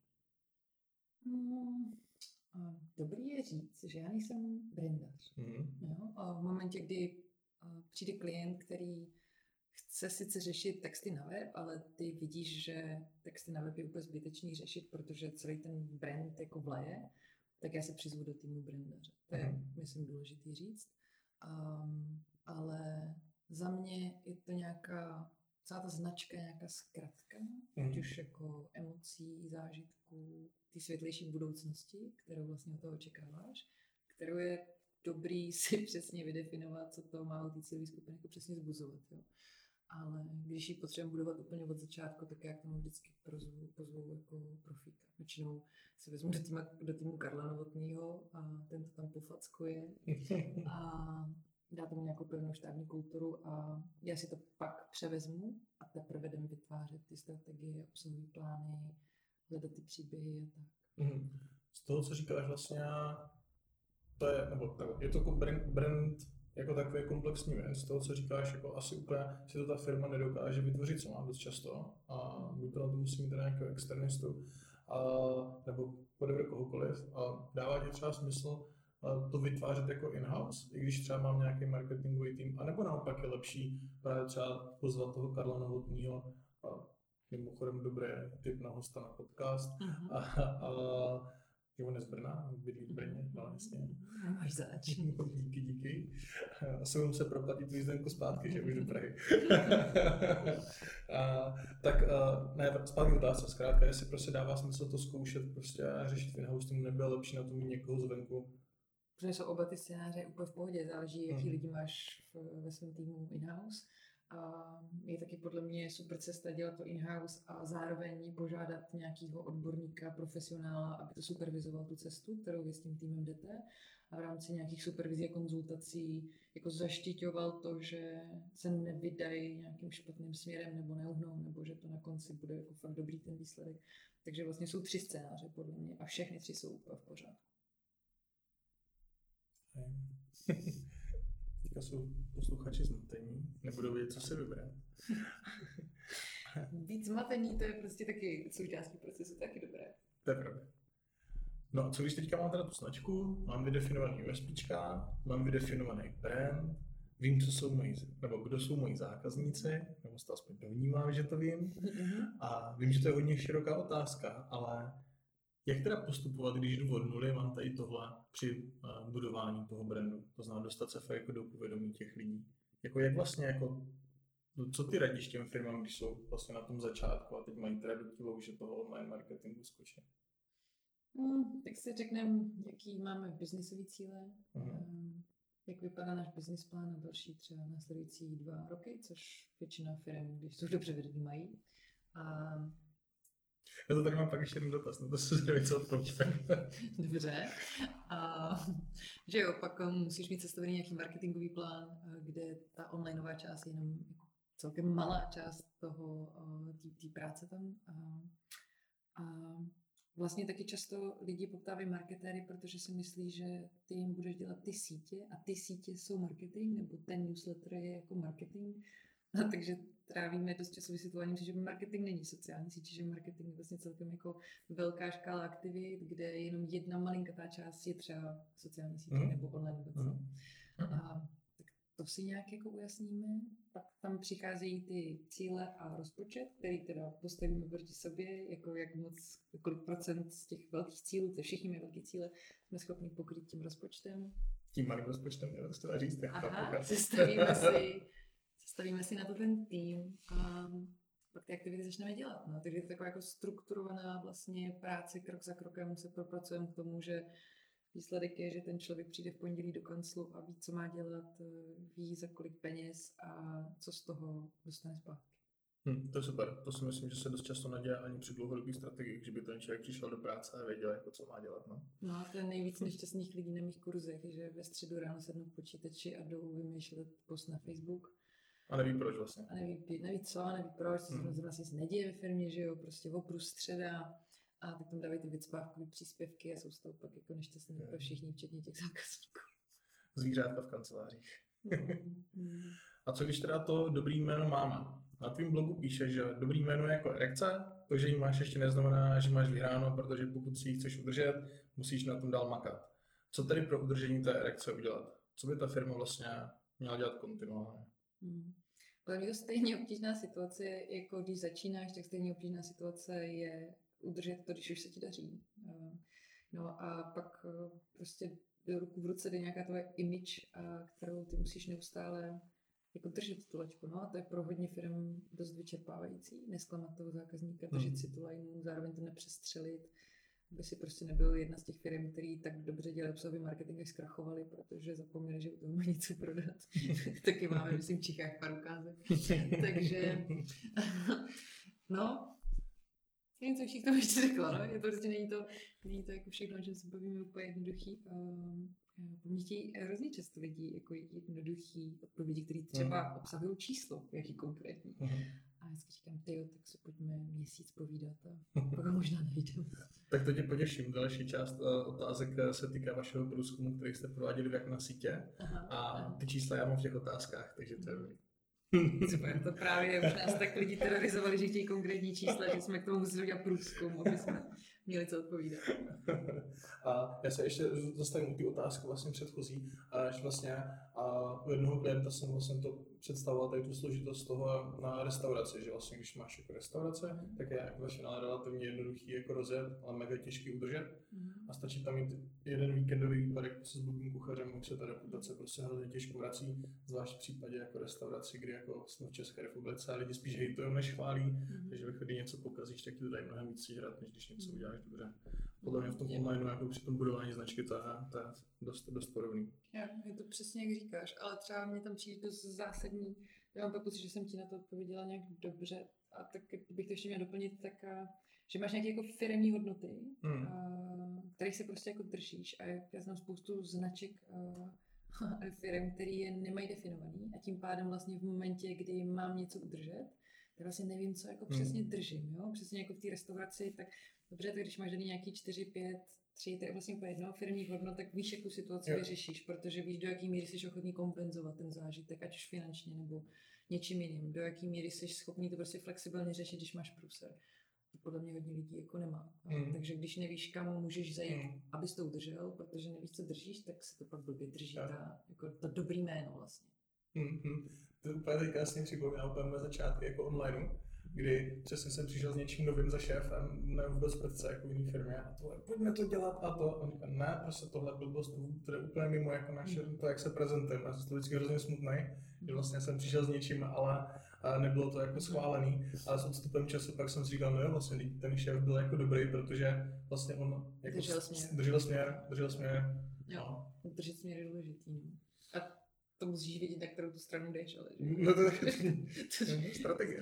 Dobrý je říct, že já nejsem brandař. Jo? A v momentě, kdy přijde klient, který chce sice řešit texty na web, ale ty vidíš, že texty na web je úplně zbytečný řešit, protože celý ten brand jako vlaje, tak já se přizvu do týmu brandaře. To je, myslím, důležitý říct. Ale za mě je to nějaká, celá ta značka je nějaká zkratka, ať už jako emocí, zážitků, ty světlejší budoucnosti, kterou vlastně od toho očekáváš, kterou je dobrý si přesně vydefinovat, co to má od té cílové skupiny jako přesně zbuzovat. Jo. Ale když ji potřebujeme budovat úplně od začátku, tak já k tomu vždycky pozvu jako profíka. Většinou se vezmu do týmu Karla Novotnýho a ten to tam pofackuje a dá tomu nějakou pevnou štábní kulturu a já si to pak převezmu a teprve jdem vytvářet ty strategie, obsahové plány, hledat ty příběhy a tak. Z toho, co říkáš vlastně, je to jako brand jako takový komplexní věc. Z toho, co říkáš, jako asi úplně si to ta firma nedokáže vytvořit sama dost často a buď to na to musí mít nějakého externistu nebo whatever kohokoliv a dává ti třeba smysl to vytvářet jako in-house, i když třeba mám nějaký marketingový tým, anebo naopak je lepší právě třeba pozvat toho Karla Novotnýho, a mimochodem dobrý tip na hosta na podcast, a je on je z Brna, bydlí v Brně, no jasně. Máš zač. Díky. Asi budu se proplatit jízdenku zpátky, že už do Prahy. Ne, zpátky otázka, zkrátka, jestli prostě dává smysl to zkoušet prostě a řešit in-house, tomu nebylo lepší na tom mít někoho zvenku. Protože jsou oba ty scénáře úplně v pohodě, záleží, jaký lidi máš ve svém týmu in-house. A je taky podle mě super cesta dělat to in-house a zároveň požádat nějakého odborníka, profesionála, aby to supervizoval tu cestu, kterou vy s tím týmem jdete. A v rámci nějakých supervizí a konzultací jako zaštiťoval to, že se nevydají nějakým špatným směrem nebo neuhnou, nebo že to na konci bude jako fakt dobrý ten výsledek. Takže vlastně jsou 3 scénáře podle mě a všechny 3 jsou úplně v pořádku. Teďka jsou posluchači zmatení, nebudou vědět, co si vybrat. Být zmatený, to je prostě taky součástí procesu, to je taky dobré. To je pravda. No a co když teďka mám teda tu značku, mám vydefinovaný USPčka, mám vydefinovaný brand, vím, co jsou kdo jsou moji zákazníci, nebo se to aspoň dovnímám, že to vím, a vím, že to je hodně široká otázka, ale jak teda postupovat, když jdu od nuly, mám tady tohle při budování toho brandu, to znamená dostat se jako do povědomí těch lidí. Jak vlastně, co ty radíš těm firmám, když jsou vlastně na tom začátku a teď mají teda do louže toho online marketingu skočit? Tak si řekneme, jaký máme biznisové cíle, jak vypadá náš business plán na další třeba následující 2 roky, což většina firm, když jsou dobře vedený, mají. Já to tady mám pak ještě jeden dotaz, no to se zřejmě co odpověď. Dobře. Že jo, pak musíš mít sestavený nějaký marketingový plán, kde ta onlineová část je jenom celkem malá část toho, té práce tam. A vlastně taky často lidi poptávají marketéry, protože si myslí, že ty jim budeš dělat ty sítě a ty sítě jsou marketing, nebo ten newsletter je jako marketing. Takže trávíme dost času vysvětlováním, že marketing není sociální sítě, že marketing je vlastně celkem jako velká škála aktivit, kde jenom jedna malinkatá část je třeba sociální sítě nebo online obecně. Tak to si nějak jako ujasníme. Pak tam přicházejí ty cíle a rozpočet, který teda postavíme proti sobě, jako jak moc, kolik procent z těch velkých cílů, to všichni mají velké cíle, jsme schopni pokrýt tím rozpočtem. Tím malým rozpočtem, já to říct. Stavíme si na to ten tým a pak ty aktivity začneme dělat. No. Takže je to taková jako strukturovaná vlastně práce, krok za krokem se propracujeme k tomu, že výsledek je, že ten člověk přijde v pondělí do kanclu a ví, co má dělat, ví za kolik peněz a co z toho dostane zpátky. To je super. To si myslím, že se dost často neděje ani při dlouhodobých strategiích, že by ten člověk přišel do práce a věděl, jako co má dělat. No to je nejvíc nešťastných lidí na mých kurzech, že ve středu ráno sednou k počítači a jdou vymýšlet post na Facebook. A neví proč vlastně. A neví co, neví proč, co se vlastně neděje ve firmě, že jo, prostě oprus středa a tak tam dávají ty vycpávkové příspěvky a jsou z toho pak jako nešťastní všichni, včetně těch zákazníků. Zvířátka v kancelářích. A co když teda to dobrý jméno máme? Na tvým blogu píše, že dobrý jméno je jako erekce, to, že ji máš ještě neznamená, že máš vyhráno, protože pokud si ji chceš udržet, musíš na tom dál makat. Co tedy pro udržení té erekce udělat? Co by ta firma vlastně měla dělat kontinuálně? Podle mě to stejně obtížná situace, jako když začínáš, tak stejně obtížná situace je udržet to, když už se ti daří. No a pak prostě do ruku v ruce jde nějaká tvoje image, kterou ty musíš neustále jako držet tu laťku. No a to je pro hodně firm dost vyčerpávající, nesklamat toho zákazníka, držet si tu lajnu, zároveň to nepřestřelit, aby si prostě nebyl jedna z těch firm, který tak dobře dělají obsahový marketing, až zkrachovali, protože zapomněli, že u toho má něco prodat. Taky máme, myslím, v Čechách pár ukázek. Takže, no, nevím, co všichni to ještě řekla, no? Je to prostě není to jako všechno, o čem se bavíme, úplně jednoduchý. Po mně chtějí hrozně často lidi jako jednoduchý odpovědi, které třeba obsahují číslo, jaký konkrétní. A já říkám, tak se pojďme měsíc povídat a pak ho možná najdeme. Tak to tě potěším. Další část otázek se týká vašeho průzkumu, který jste prováděli jak na sítě. A ty čísla já mám v těch otázkách, takže to je dobrý. Super, to právě už nás tak lidi terorizovali, že chtějí konkrétní čísla, že jsme k tomu museli udělat průzkum, aby jsme měli co odpovídat. A já se ještě zastavím u té otázky vlastně předchozí, že vlastně u jednoho klienta jsem vlastně to představoval tady tu složitost toho na restauraci, že vlastně když máš jako restaurace, tak je ve finále relativně jednoduchý jako rozjet, ale mega těžký udržet. A stačí tam mít jeden víkendový výpadek se s blbým kuchařem, už se ta reputace prostě hrozně těžko vrací, zvlášť v případě jako restauraci, kdy jako jsme v České republice a lidi spíš hejtujou než chválí, takže když něco pokazíš, tak ti to dají mnohem víc hrát, než když něco uděláš dobře. Podle mě v tom online jako při tom budování značky to je dost podobný. Je to přesně jak říkáš, ale třeba mě tam přijde dost zásadní. Já mám pocit, že jsem ti na to odpověděla nějak dobře a tak bych to ještě měla doplnit, tak že máš nějaké jako firemní hodnoty, kterých se prostě jako držíš a já znám spoustu značek firem, které je nemají definovaný a tím pádem vlastně v momentě, kdy mám něco udržet, tak vlastně nevím, co jako přesně držím, jo? Přesně jako v té restauraci, tak dobře, tak když máš tady nějaký 4, 5, 3, to je vlastně úplně jedno, firmních hodnot, tak víš, jak tu situaci vyřešíš, protože víš, do jaký míry jsi ochotný kompenzovat ten zážitek, ať už finančně nebo něčím jiným, do jaký míry jsi schopný to prostě flexibilně řešit, když máš průser. To podle mě hodně lidí jako nemá. Takže když nevíš, kam můžeš zajít, abys to udržel, protože nevíš, co držíš, tak se to pak blbě drží jako to dobrý jméno vlastně. To úplně teďka vlastně připomíná úplně mé začátky jako online, kdy přesně jsem přišel s něčím novým za šéfem, ne vůbec prce jako v jiné firmě a tohle, pojďme to dělat a to. A on říká, ne, prostě tohle blbost, to je úplně mimo jako naše, to, jak se prezentujeme. Já jsem to vždycky hrozně smutný, že vlastně jsem přišel s něčím, ale nebylo to jako schválený. Ale s odstupem času pak jsem si říkal, no jo, vlastně ten šéf byl jako dobrý, protože vlastně on jako držel směr. Jo, držet směr je důležitý. A to musíš vědět, na kterou tu stranu jdeš, ale že? No to je strategie.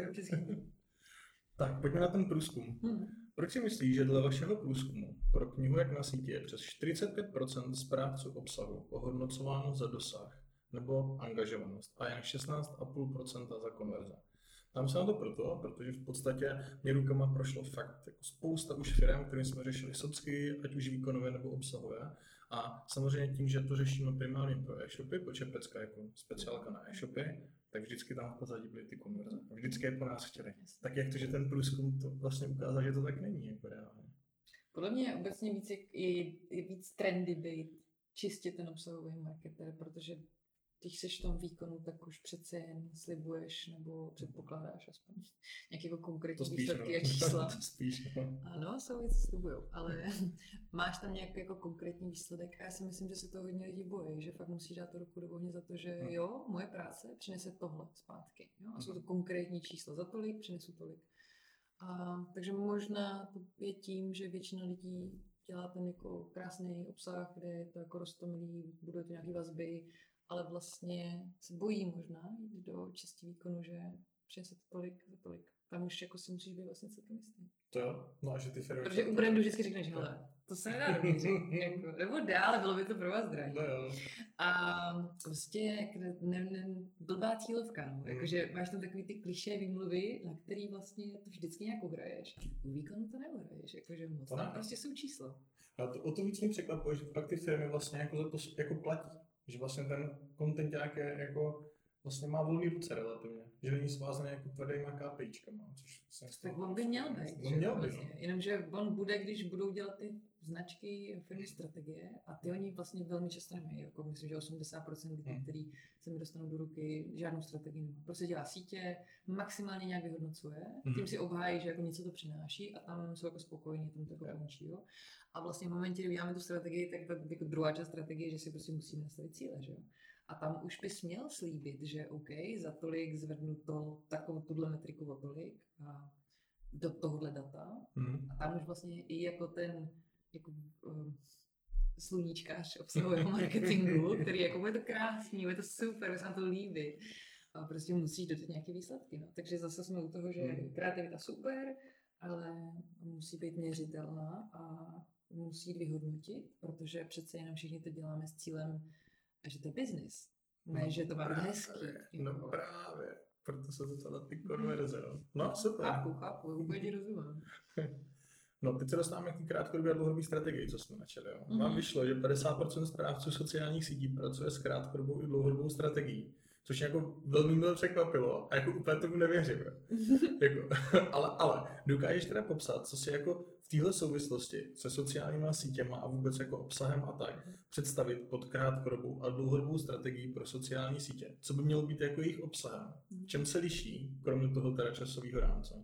Tak, pojďme na ten průzkum. Proč si myslíš, že dle vašeho průzkumu pro knihu Jak na síti je přes 45% správců obsahu ohodnocováno za dosah nebo angažovanost a jen 16,5% za konverze? Tam se na to protože v podstatě mě rukama prošlo fakt jako spousta už firm, kterým jsme řešili socky, ať už výkonové nebo obsahové. A samozřejmě tím, že to řešíme primárně pro e-shopy, protože Pecka jako speciálka na e-shopy, tak vždycky tam v pozadí byly ty konverze. Vždycky je po nás chtěli. Tak jak to, že ten průzkum to vlastně ukázal, že to tak není jako reálně? Podle mě obecně víc trendy být čistě ten obsahový marketer, protože když seš v tom výkonu, tak už přece jen slibuješ nebo předpokládáš aspoň nějaké jako konkrétní výsledky a čísla. Ano, jsou věci, co slibujou, ale máš tam nějaký jako konkrétní výsledek a já si myslím, že se to hodně lidí bojí, že fakt musí dát to ruku do ohně za to, že jo, moje práce přinese tohle zpátky. Jo? A jsou to konkrétní čísla za tolik, přinesu tolik. Takže možná to je tím, že většina lidí dělá ten jako krásný obsah, kde je to jako roztomilý, budou to nějaké vazby, ale vlastně se bojí možná jít do čistý výkonu, že přinese to tolik za tolik. Tam už jako si musíš být vlastně celkem jistý. To jo, no a že ty firmy... Protože u brandu vždycky řekneš, hele, to se nedá dobře, jako, nebo dá, ale bylo by to pro vás drahé. No jo. A prostě blbá cílovka, no. Jakože máš tam takový ty klišé výmluvy, na který vlastně to vždycky nějak uhraješ. U výkonu to neuhraješ, jakože moc. Tam prostě jsou čísla. A to, o to víc mě překvapuje, že pak ty firmy vlastně jako za to jako platí. Že vlastně ten content nějaké jako vlastně má volný ruce relativně. Že není svázaný jako tvrdýma KPIčkama. Tak on by měl být. Vlastně. Jenomže on bude, když budou dělat ty značky firmy strategie a ty oni vlastně velmi často nemají. Jako myslím, že 80% lidí, kteří se mi dostanou do ruky, žádnou strategii nemá. Prostě dělá sítě, maximálně nějak vyhodnocuje, tím si obhájí, že jako něco to přináší a tam jsou jako spokojení, tam to jako končí. Jo? A vlastně v momentě, kdy děláme tu strategii, tak jako druhá část strategie, že si prostě musíme nastavit cíle, že jo. A tam už bys měl slíbit, že OK, za tolik zvednu to, takovou tuhle metriku o tolik a do tohohle data. A tam už vlastně i jako ten jako, sluníčkář obsahového marketingu, který jako bude to krásný, bude to super, bude se nám to líbit. A prostě musíš dodat nějaké výsledky. No. Takže zase jsme u toho, že kreativita super, ale musí být měřitelná a musí jít vyhodnotit, protože přece jenom všichni to děláme s cílem, že to je business. Ne, že to má být hezký. No právě. Proto se to ptala ty konverze. No super. Chápu, úplně rozumím. No, teď se dostáváme k té krátkodobé a dlouhodobé strategii, co jsme načali. Vám vyšlo, že 50% správců sociálních sítí pracuje s krátkodobou i dlouhodobou strategií, což jako velmi mě překvapilo a jako úplně tomu nevěřím. Jako, ale dokážeš teda popsat, co si jako v téhle souvislosti se sociálníma sítěma a vůbec jako obsahem a tak představit pod krátkodobou a dlouhodobou strategii pro sociální sítě? Co by mělo být jako jejich obsahem? V čem se liší, kromě toho teda časového rámce?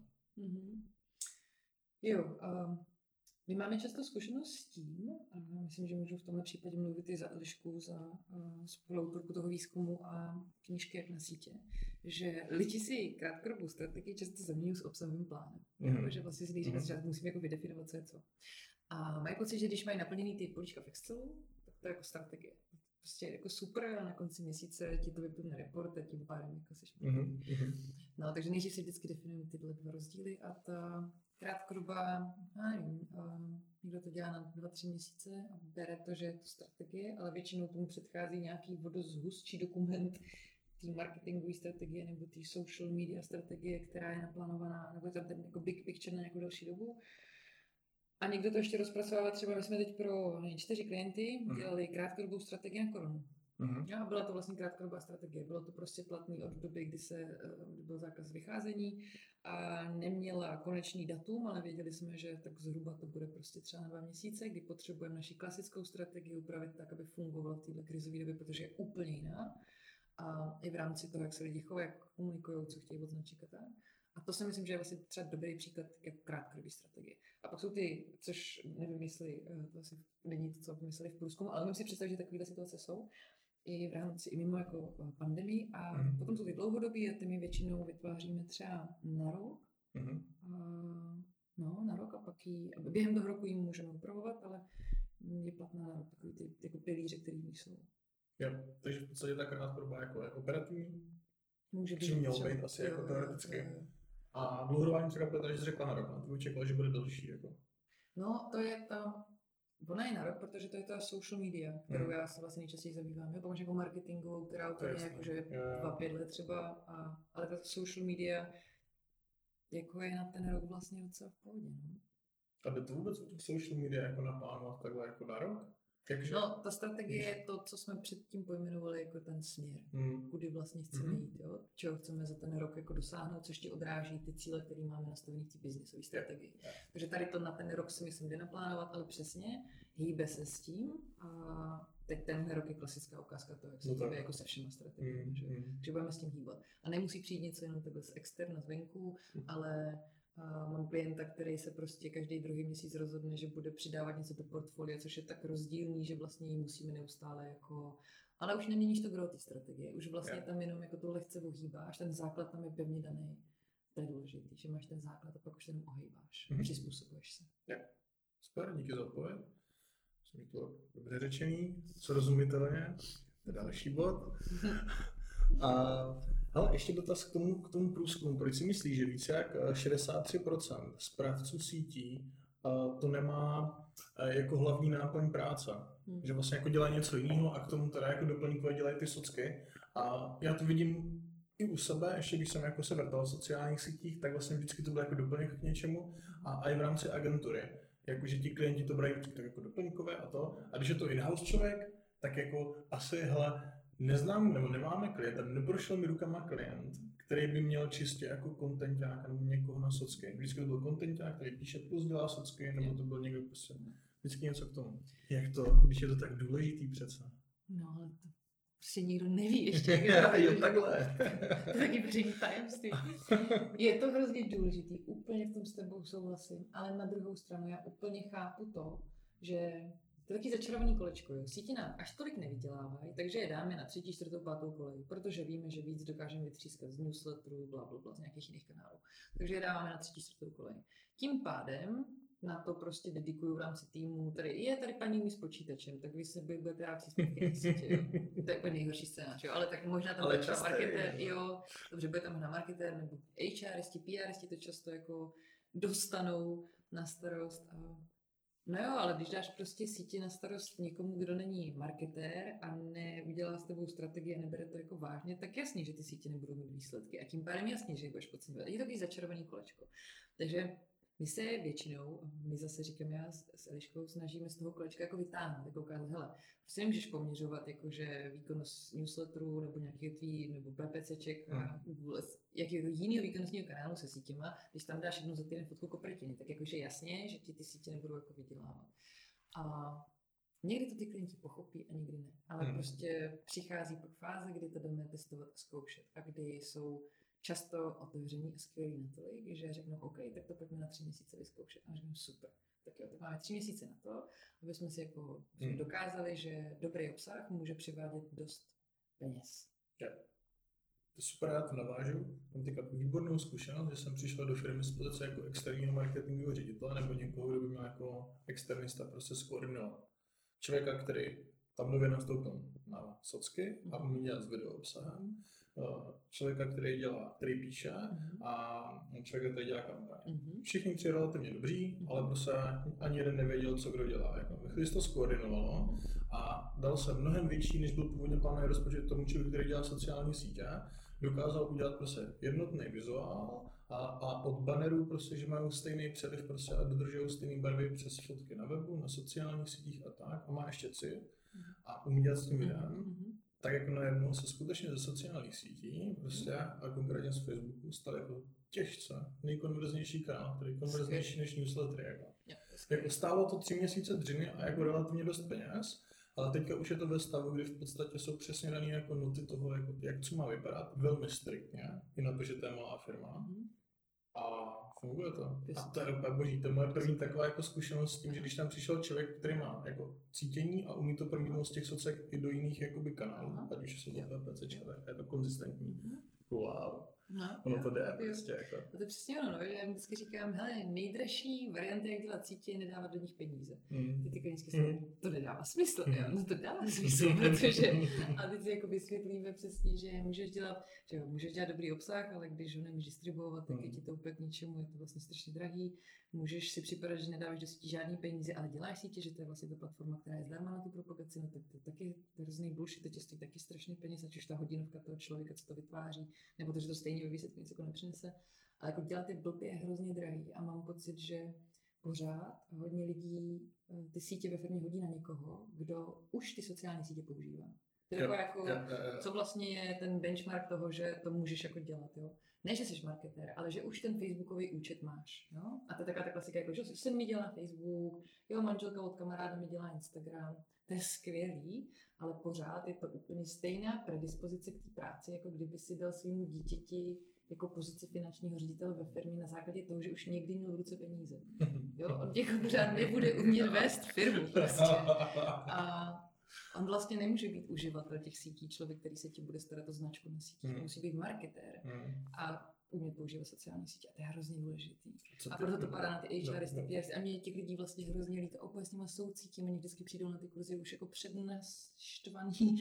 Jo, my máme často zkušenost s tím, a myslím, že můžu v tomhle případě mluvit i za Elišku, za spoluautorku toho výzkumu a knížky jak na sítě, že lidi si krátkodobou strategii často zaměňují s obsahovým plánem. Že vlastně si nejdříve musíme jako vydefinovat, co je co. A mají pocit, že když mají naplněný ty políčka v Excelu, tak to je jako strategie. Prostě jako super a na konci měsíce ti to vyplne report a tím pádem jako seš. No, takže nejdřív si vždycky definujeme tyhle dva rozdíly a ta krátkodobá, nevím, někdo to dělá na 2-3 měsíce a bere to, že je to strategie, ale většinou tomu předchází nějaký hustší dokument té marketingové strategie nebo té social media strategie, která je naplánovaná, nebo je tam ten jako big picture na nějakou další dobu. A někdo to ještě rozpracovává, třeba my jsme teď pro 4 klienty dělali krátkodobou strategii na korunu. A byla to vlastně krátkodobá strategie. Bylo to prostě platný od doby, kdy byl zákaz vycházení a neměla konečný datum, ale věděli jsme, že tak zhruba to bude prostě třeba na 2 měsíce, kdy potřebujeme naši klasickou strategii upravit tak, aby fungovala v této krizové době, protože je úplně jiná. A i v rámci toho, jak se lidi chovají, jak komunikují, co chtějí od značek a tak. A to si myslím, že je vlastně třeba dobrý příklad jako krátkodobé strategie. A pak jsou ty, což nevím, jestli to asi není to, co vymysleli v průzkumu, ale můžu si představit, že takovéhle situace jsou i v rámci, i mimo jako pandemii. A potom jsou ty dlouhodobí a ty my většinou vytváříme třeba na rok. Na rok a pak během toho roku ji můžeme upravovat, ale je platná na rok takový ty jako pilíře, který v ní jsou. Jo, takže v podstatě ta krátkodobá jako je operativní. Může být. Čím mělo být asi jako teoreticky. A dlouhodobá třeba Petra, že řekla na rok, a ty očekala, že bude delší. Jako. No, to je ta, ona je na rok, protože to je ta social media, kterou já se vlastně nejčastěji zabývám. Potom jako marketingovou, která úplně jakože 2-5 let třeba, ale ta social media jako je na ten rok vlastně docela v pohodě. No. A jde to vůbec o těch social media jako naplánovat takhle jako na rok? Takže... No, ta strategie je to, co jsme předtím pojmenovali jako ten směr, kudy vlastně chceme jít, jo? Čeho chceme za ten rok jako dosáhnout, což ti odráží ty cíle, které máme nastavený v té businessové strategii. Takže tady to na ten rok si myslím jde naplánovat, ale přesně hýbe se s tím a teď tenhle rok je klasická ukázka toho, jak se hýbe jako se všema strategiemi, že budeme s tím hýbat. A nemusí přijít něco jenom takhle z externa, zvenku, ale mám klienta, který se prostě každý druhý měsíc rozhodne, že bude přidávat něco do portfolia, což je tak rozdílný, že vlastně ji musíme neustále jako... Ale už neměníš to gro té strategie, už vlastně tam jenom jako to lehce ohýbáš, ten základ tam je pevně daný. To je důležité, že máš ten základ a pak už jenom ohýbáš, přizpůsobuješ se. Super, díky za odpověď. Jsem to dobře řečený, srozumitelně, to je další bod. Ale ještě dotaz k tomu průzkumu. Proč si myslíš, že více jak 63% správců sítí to nemá jako hlavní náplň práce? Že vlastně jako dělají něco jiného a k tomu teda jako doplňkové dělají ty socky. A já to vidím i u sebe, ještě když jsem jako se vrtal v sociálních sítích, tak vlastně vždycky to bylo jako doplněk k něčemu a i v rámci agentury. Jakože ti klienti to brají tak jako doplňkové a to. A když je to in-house člověk, tak jako asi, neznám nebo nemáme klienta, neprošel mi rukama klient, který by měl čistě jako contenták nebo někoho na socky. Vždycky to byl contenták, který píše plus dělá socky, nebo to byl někdo prostě vždycky něco k tomu. Jak to, když je to tak důležitý přece? No, ale to prostě nikdo neví ještě. Jo, takhle. To je taky veřejný tajemství. Je to hrozně důležitý, úplně v tom s tebou souhlasím, ale na druhou stranu já úplně chápu to, že to je taky začarovaný kolečko, jo. Sítě nám až tolik nevydělávají, takže je dáme na 3., 4., 5. kolej, protože víme, že víc dokážeme vytřískat z newsletterů, blablabla, z nějakých jiných kanálů. Takže je dáváme na 3., 4. kolej. Tím pádem na to prostě dedikuju v rámci týmu. Tady paní umí s počítačem, tak vy se budete dát příspěvky na sítě, jo. To je úplně nejhorší scénář, jo. Ale tak možná tam bude marketér, jo. Dobře, bude tam marketér nebo HRisti, PRisti to často jako dostanou na starost a no jo, ale když dáš prostě sítě na starost někomu, kdo není marketér a neudělá s tebou strategii a nebere to jako vážně, tak jasně, že ty sítě nebudou mít výsledky a tím pádem jasně, že je budeš podceňovat. Je to takový začarovaný kolečko. Takže My se většinou, my zase říkám, já s Eliškou snažíme z toho kolečka jako vytáhnout, jako ukázat, hele, prostě nemůžeš poměřovat jakože výkonnost newsletterů nebo nějakých tvý, nebo PPCček a jakého jiného výkonnostního kanálu se sítěma, když tam dáš jednou za týden fotku kopretiny, tak jakože jasně, že ti ty sítě nebudou jako vydělávat. A někdy to ty klienti pochopí a někdy ne, ale prostě přichází pak fáze, kdy to jdeme testovat a zkoušet a kdy jsou často otevření a skvělí natolik, že řeknou, OK, tak to pojďme na 3 měsíce vyzkoušet. A řeknu, super. Tak jo, tak máme 3 měsíce na to, aby jsme si jako dokázali, že dobrý obsah může přivádět dost peněz. Yeah. To je super, já to navážu. Mám teďka výbornou zkušenost, že jsem přišel do firmy z pozice jako externího marketingového ředitele nebo někoho, kdo by měl jako externista prostě skoordinovat. Člověka, který tam nově nastoupil na socky a umí dělat s video obsahem. Člověka, který píše a člověka, který dělá kampaň. Všichni 3 relativně dobří, ale prostě ani jeden nevěděl, co kdo dělá. Když to skoordinovalo a dal se mnohem větší, než byl původně plánovaný rozpočet tomu člověku, který dělá sociální sítě, dokázal udělat prostě jednotný vizuál a od bannerů prostě, že mají stejný přeliv prostě a dodržují stejné barvy přes fotky na webu, na sociálních sítích a tak a má ještě cit a umí dělat s tím videem. Tak jako najednou se skutečně ze sociálních sítí prostě a konkrétně z Facebooku stal jako těžce nejkonverznější kanál, který je konverznější než newslettery. Jako stálo to 3 měsíce dřiny a jako relativně dost peněz, ale teďka už je to ve stavu, kdy v podstatě jsou přesně dané jako noty toho, jako, jak co má vypadat, velmi striktně, i na to, že to je malá firma. A funguje to. A to je úplně boží. To je moje první taková jako zkušenost s tím, že když tam přišel člověk, který má jako cítění a umí to promítnout z těch socek i do jiných jakoby kanálů, ať už jsou to PPCčka, tak je to konzistentní. Wow. Ono to jde prostě jako. To je přesně ono, že já vždycky říkám, hele, nejdražší varianty, jak dělat sítě, je nedávat do nich peníze. Ty klinicky jsou, to nedává smysl, jo? No to dává smysl, protože a teď si jako vysvětlíme přesně, že můžeš dělat dobrý obsah, ale když ho nemůžeš distribuovat, tak je ti to úplně k ničemu, je to vlastně strašně drahý. Můžeš si připadat, že nedáváš do sítí žádný peníze, ale děláš sítě, že to je vlastně ta platforma, která je zdarma na tu propagaci, no tak to je taky hrozný bullshit, to tě stojí taky strašně peněz, ať už ta hodinovka toho člověka, co to vytváří, nebo to, že to stejně ve výsledku nic jako nepřinese. Ale jako dělat ty blbě je hrozně drahý a mám pocit, že pořád hodně lidí ty sítě ve firmě hodí na někoho, kdo už ty sociální sítě používá. To je jako, co vlastně je ten benchmark toho, že to můžeš jako dělat, jo. Ne, že jsi marketér, ale že už ten facebookový účet máš, jo. A to je taková ta klasika, jako, že syn mi dělá Facebook, jo, manželka od kamaráda mi dělá Instagram. To je skvělý, ale pořád je to úplně stejná predispozice k té práci, jako kdyby si dal svýmu dítěti jako pozici finančního ředitele ve firmě na základě toho, že už někdy měl v ruce peníze. Jo, on jako pořád nebude umět vést firmu prostě. A on vlastně nemůže být uživatel těch sítí, člověk, který se ti bude starat o značku na sítích. Musí být marketér a umět používat sociální sítě. A to je hrozně důležitý. A proto to padá na ty HRisty, PRs. A mě těch lidí vlastně hrozně líto. A úplně s nimi soucítím. Oni vždycky přijdou na ty kurzy už jako přednaštvaný,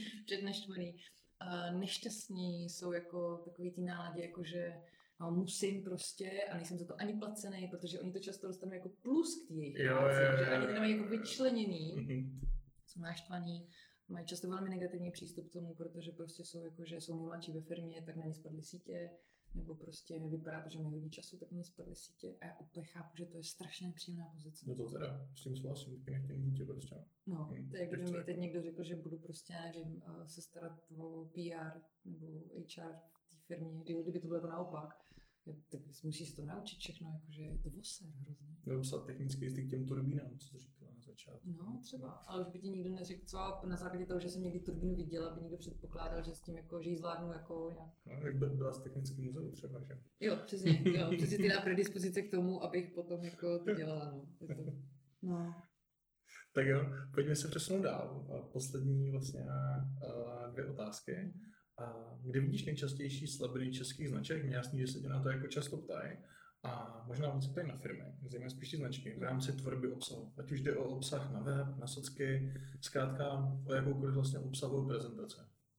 nešťastní, jsou jako takový ty náladě, jakože no, musím prostě a nejsem za to ani placený, protože oni to často dostanou jako plus k té jejich práci, že ani to nemají jako vyčleněný. Jsou naštvaný, mají často velmi negativní přístup k tomu, protože prostě jsou jako, že jsou nejmladší ve firmě, tak na ně spadly sítě, nebo prostě vypadá to, že mají hodně času, tak na ně spadly sítě a já úplně chápu, že to je strašně nepříjemná pozice. No to teda, s tím souhlasím, taky nechtěl dítě prostě. No, to je, kdyby mi teď někdo řekl, že budu prostě, nevím, se starat o PR nebo HR v té firmě, kdyby to bylo jako naopak, tak musíš to naučit všechno, jakože je to voser hrozně. Nebo psat technický styk těm turbínám, co jsi říkala na začátku. No, třeba, ale už by ti nikdo neřekl, co na základě toho, že jsem někdy turbínu viděla, by někdo předpokládal, že s tím jako, že ji zvládnu jako nějak. No, jak byla z technickým muzeu třeba, že? Jo, přesně ty dá predispozice k tomu, abych potom jako to dělala, no. No. Tak jo, pojďme se přesunout dál. Poslední vlastně 2 otázky. Kde vidíš nejčastější slabiny českých značek? Mě jasný, že se tě na to jako často ptají. A možná víc se ptají na firmy, zejména spíš ty značky, v rámci tvorby obsahu. Ať už jde o obsah na web, na socky, zkrátka o jakoukoliv vlastně obsahovou prezentaci.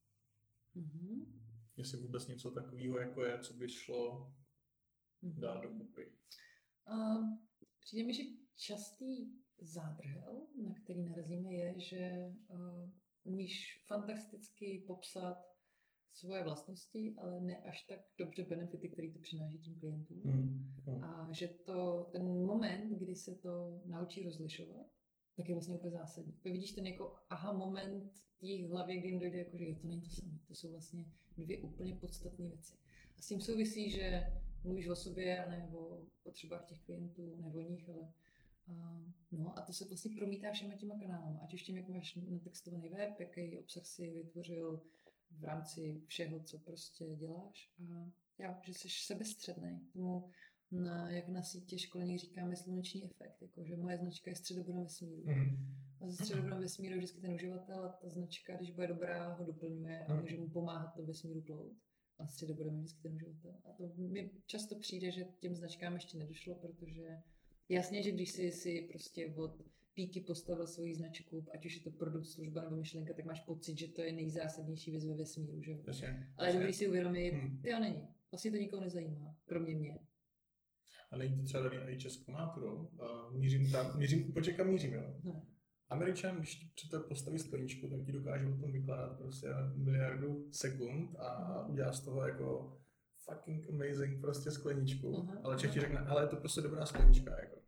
Jestli vůbec něco takového jako je, co by šlo dát dokupy. Přijde mi, že častý zádrhel, na který narazíme, je, že umíš fantasticky popsat svoje vlastnosti, ale ne až tak dobře benefity, které to přináší tím klientům. A že ten moment, kdy se to naučí rozlišovat, tak je vlastně úplně zásadní. Vidíš ten jako aha moment v jejich hlavě, kdy jim dojde, jako, že to není to samé. To jsou vlastně dvě úplně podstatné věci. A s tím souvisí, že mluvíš o sobě, nebo o potřebách těch klientů, nebo o nich, ale a to se vlastně promítá všema těma kanálama. Ať už tím, jak máš natextovaný web, jaký obsah si vytvořil v rámci všeho, co prostě děláš. A že jsi sebestřednej. Tomu, jak na sítě školení říkáme sluneční efekt. Jako, že moje značka je středobodem vesmíru. A ze středobodem vesmíru je vždycky ten uživatel a ta značka, když bude dobrá, ho doplňuje a může mu pomáhat to vesmíru plout. A středobodem je vždycky ten uživatel. A to mi často přijde, že těm značkám ještě nedošlo, protože jasně, že když si prostě od píky postavil svoji značku, ať už je to produkt, služba nebo myšlenka, tak máš pocit, že to je nejzásadnější věc ve vesmíru, že? Ale dobrý si uvědomit, to není. Vlastně to nikoho nezajímá, kromě mě. A není to třeba tady i českou máturu. Mířím, jo. Ne. Američan, když ti před to postaví skleničku, tak ti dokáže o tom vykládat prostě miliardu sekund a udělá z toho jako fucking amazing prostě skleničku. Ale Čech ti řekne, ale je to prostě dobrá sklenička, jako.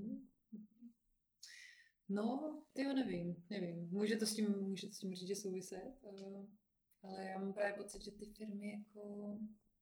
No, nevím. Může to s tím určitě souviset, ale já mám právě pocit, že ty firmy jako...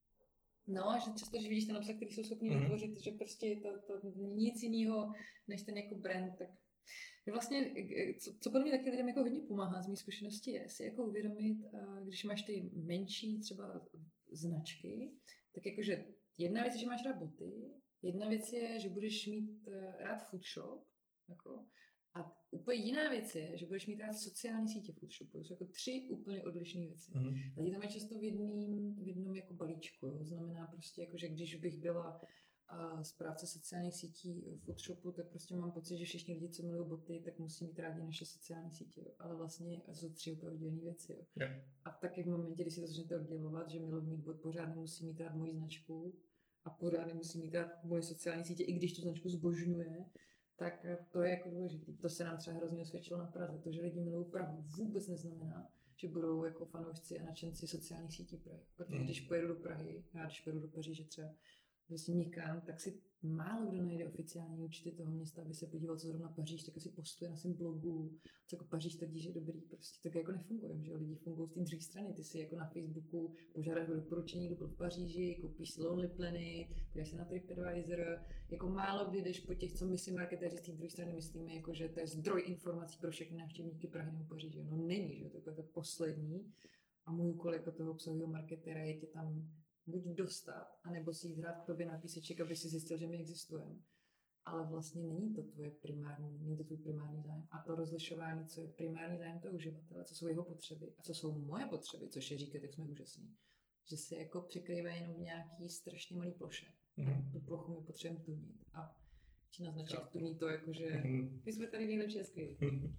No a že často, když vidíš ten obsah, který jsou schopni vytvořit, že prostě je to nic jiného, než ten jako brand, tak vlastně, co podle mě taky lidem jako hodně pomáhá z mých zkušeností, je si jako uvědomit, když máš ty menší třeba značky, tak jakože jedna věc je, že máš rád boty, jedna věc je, že budeš mít rád foodshop, jako, a úplně jiná věc je, že budeš mít rád sociální sítě foodshopu. To jsou jako 3 úplně odlišné věci. Lidi tam je často v jednom jako balíčku. Jo. Znamená prostě, jako, že když bych byla správce sociálních sítí foodshopu, tak prostě mám pocit, že všichni lidi, co milují boty, tak musí mít rádi naše sociální sítě. Jo. Ale vlastně jsou 3 úplně oddělené věci. Jo. Yeah. A taky v momentě, kdy si to začnete oddělovat, že milovník bot pořád nemusí mít rád moji značku a pořád nemusí mít rád moje sociální sítě, i když tu značku zbožňuje, tak to je jako důležité. To se nám třeba hrozně osvědčilo na Praze. To, že lidi milují Prahu, vůbec neznamená, že budou jako fanoušci a nadšenci sociálních sítí Prahy. Protože když pojedu do Prahy, já když pojedu do Paříže třeba vlastně někam, tak si málo kdo najde oficiální účty toho města, aby se podíval, co zrovna Paříž, tak asi postuje na svém blogu, co jako Paříž tvrdí, že je dobrý. Prostě tak jako nefunguje, že lidi fungují z té druhé strany. Ty si jako na Facebooku požádáš o doporučení, kdo byl v Paříži, koupíš si Lonely Planet, podíváš se na TripAdvisor, jako málo kdy jdeš po těch, co my si marketéři z té druhé strany myslíme, jako že to je zdroj informací pro všechny návštěvníky Prahy nebo Paříže. No není, že to je to poslední. A můj úkol jako toho obsahového marketéra je tě tam buď dostat, anebo si jít hrát k tobě na píseček, aby si zjistil, že my existujeme. Ale vlastně není to tvůj primární zájem. A to rozlišování, co je primární zájem toho uživatele, co jsou jeho potřeby a co jsou moje potřeby, což je říkat, jak jsme úžasní. Že se jako překrývají jenom v nějaký strašně malý ploše. Tu plochu my potřebujeme tunit. A většina značek tuní to jako, že my jsme tady nejlepší a skvělí.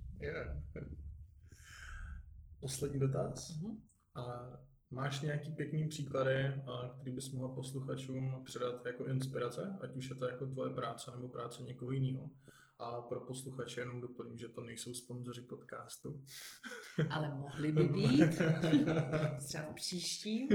Poslední dotaz. A máš nějaký pěkný příklady, který bys mohla posluchačům předat jako inspirace, ať už je to jako tvoje práce nebo práce někoho jiného. A pro posluchače jenom doplním, že to nejsou sponzoři podcastu. Ale mohli by být. Třeba příští.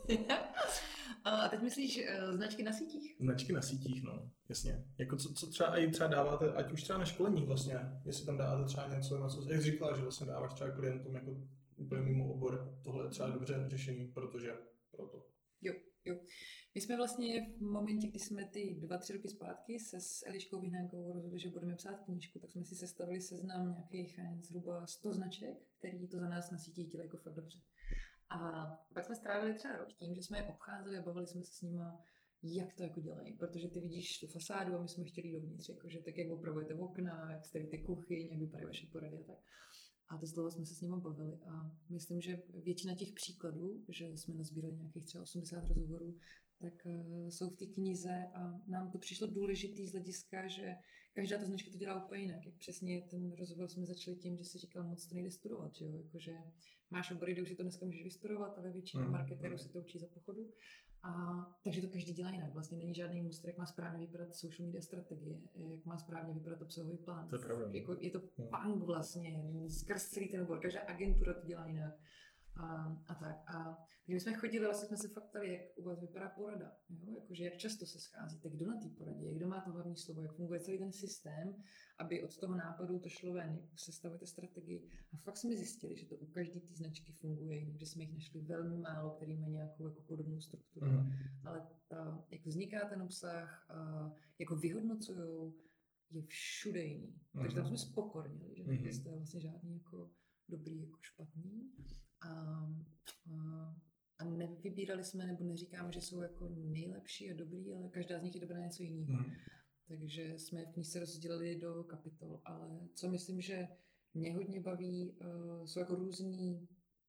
A teď myslíš značky na sítích? Značky na sítích, no, jasně. Jako co třeba dáváte, ať už třeba na školeních vlastně, jestli tam dáváte třeba něco, jak jsi říkala, že vlastně dáváš třeba klientům jako úplně mimo obor, tohle je třeba dobře řešení, protože proto. Jo. My jsme vlastně v momentě, kdy jsme ty 2-3 roky zpátky se s Eliškou Vyhnánkovou rozhodli, že budeme psát knížku, tak jsme si sestavili seznam nějakých zhruba 100 značek, který to za nás na sítích dělají jako fakt dobře. A pak jsme strávili třeba rok tím, že jsme je obcházeli a bavili jsme se s nima, jak to jako dělají, protože ty vidíš tu fasádu a my jsme chtěli dovnitř, jakože tak jak opravujete okna, jak stavíte kuchyň, jak vypadají vaše porady a tak. A to slovo jsme se s nimi bavili a myslím, že většina těch příkladů, že jsme nazbírali nějakých třeba 80 rozhovorů, tak jsou v té knize a nám to přišlo důležitý z hlediska, že každá ta značka to dělá úplně jinak. Jak přesně ten rozhovor jsme začali tím, že si říkal, moc to nejde studovat, že jo? Jakože máš obory, kde už si to dneska můžeš vystudovat, ale většina marketérů se to učí za pochodu. Takže to každý dělá jinak. Vlastně není žádný mustr, jak má správně vypadat social media strategie, jak má správně vypadat obsahový plán. To je pravda. Jako, je to punk vlastně, skrz celý ten obor. Každá agentura to dělá jinak. Takže Když jsme chodili, vlastně jsme se fakt ptali, jak u vás vypadá porada, jo? Jakože jak často se scházíte, kdo na té poradě, kdo má to hlavní slovo, jak funguje celý ten systém, aby od toho nápadu to šlo ven, jak sestavujete strategii. A fakt jsme zjistili, že to u každé té značky funguje, jinak, že jsme jich našli velmi málo, který mají nějakou jako podobnou strukturu. Ale jak vzniká ten obsah, jak ho vyhodnocujou, je všude jiný. Takže tam jsme spokornili, že neexistuje vlastně žádný jako dobrý, jako špatný. A nevybírali jsme, nebo neříkáme, že jsou jako nejlepší a dobrý, ale každá z nich je dobrá na něco jiného. Takže jsme v knížce rozdělili do kapitol. Ale co myslím, že mě hodně baví, jsou jako různý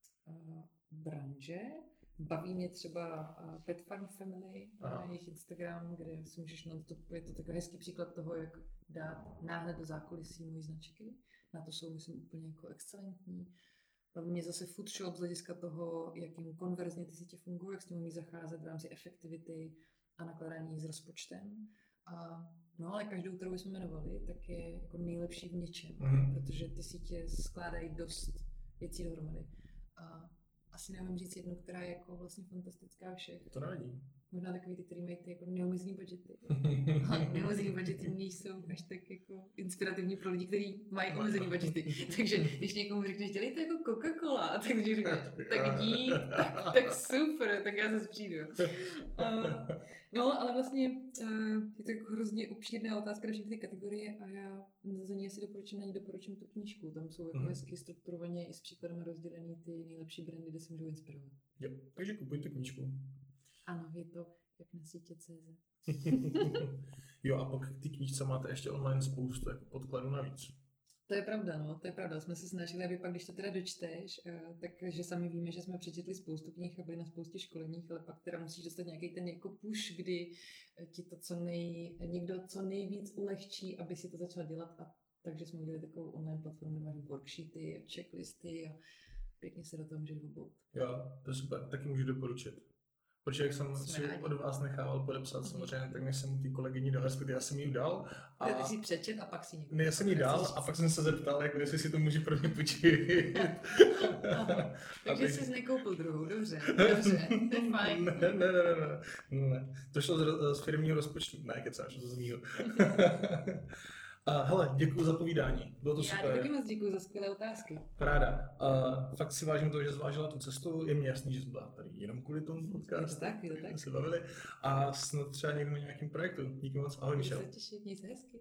branže. Baví mě třeba Pet Farm Family, jejich Instagram, kde si můžeš je to takový hezký příklad toho, jak dát náhled do zákulisí mojí značky. Na to jsou, myslím, úplně jako excelentní. Baví mě zase Food Shop z hlediska toho, jakým konverzně ty sítě fungují, jak s tím umí zacházet v rámci efektivity a nakládání s rozpočtem. No ale každou, kterou jsme jmenovali, tak je jako nejlepší v něčem, protože ty sítě skládají dost věcí dohromady. Asi nevím říct jednu, která je jako vlastně fantastická všech. To nevadí. Možná takový ty, který mají ty jako neomezený budžety. Neomezený budžety nejsou až tak jako inspirativní pro lidi, kteří mají omezený budžety. Takže když někomu řekneš, dělejte jako Coca-Cola, tak když říkáš, tak dík, tak super, tak já zase přijdu. No, ale vlastně je to jako hrozně obšírná otázka na všechny ty kategorie a já za ní asi doporučím tu knížku. Tam jsou jako hezky strukturovaně i s příkladem rozdělený ty nejlepší brandy, kde se můžou inspirovat. Jo, takže kupujte knížku. Ano, je to jak na sítě.cz. Jo, a pak ty knížce máte ještě online spoustu jako podkladů navíc. To je pravda, no, to je pravda. Jsme se snažili, aby pak, když to teda dočteš, takže sami víme, že jsme přečetli spoustu knih a byli na spoustě školeních, ale pak teda musíš dostat nějaký ten jako push, kdy ti to někdo co nejvíc ulehčí, aby si to začal dělat. A takže jsme udělali takovou online platformu, kde máš worksheety a checklisty a pěkně se do toho můžeš obout. Jo, to je super, taky můžu doporučit. Protože jak jsem si od vás nechával podepsat samozřejmě, tak než jsem ty kolegyni dal, respektive já jsem jí dal. A ty jsi přečet a pak si někdo. Ne, já jsem jí dal a pak jsem se zeptal, jako jestli si to může pro mě půjčit. Takže jsi nekoupil druhou, dobře, to je fajn. Ne. To šlo z firmního rozpočtu, ne, kecáš, to z mýho. Hele, děkuji za povídání, bylo to super. Já taky moc děkuji za skvělé otázky. Ráda. Fakt si vážím toho, že zvážila tu cestu, je mi jasný, že jsi byla tady jenom kvůli tomu podcastu. Je to tak. Se bavili a snad třeba někdo na nějakým projektu. Díky moc, ahoj Michal. Měj se hezky.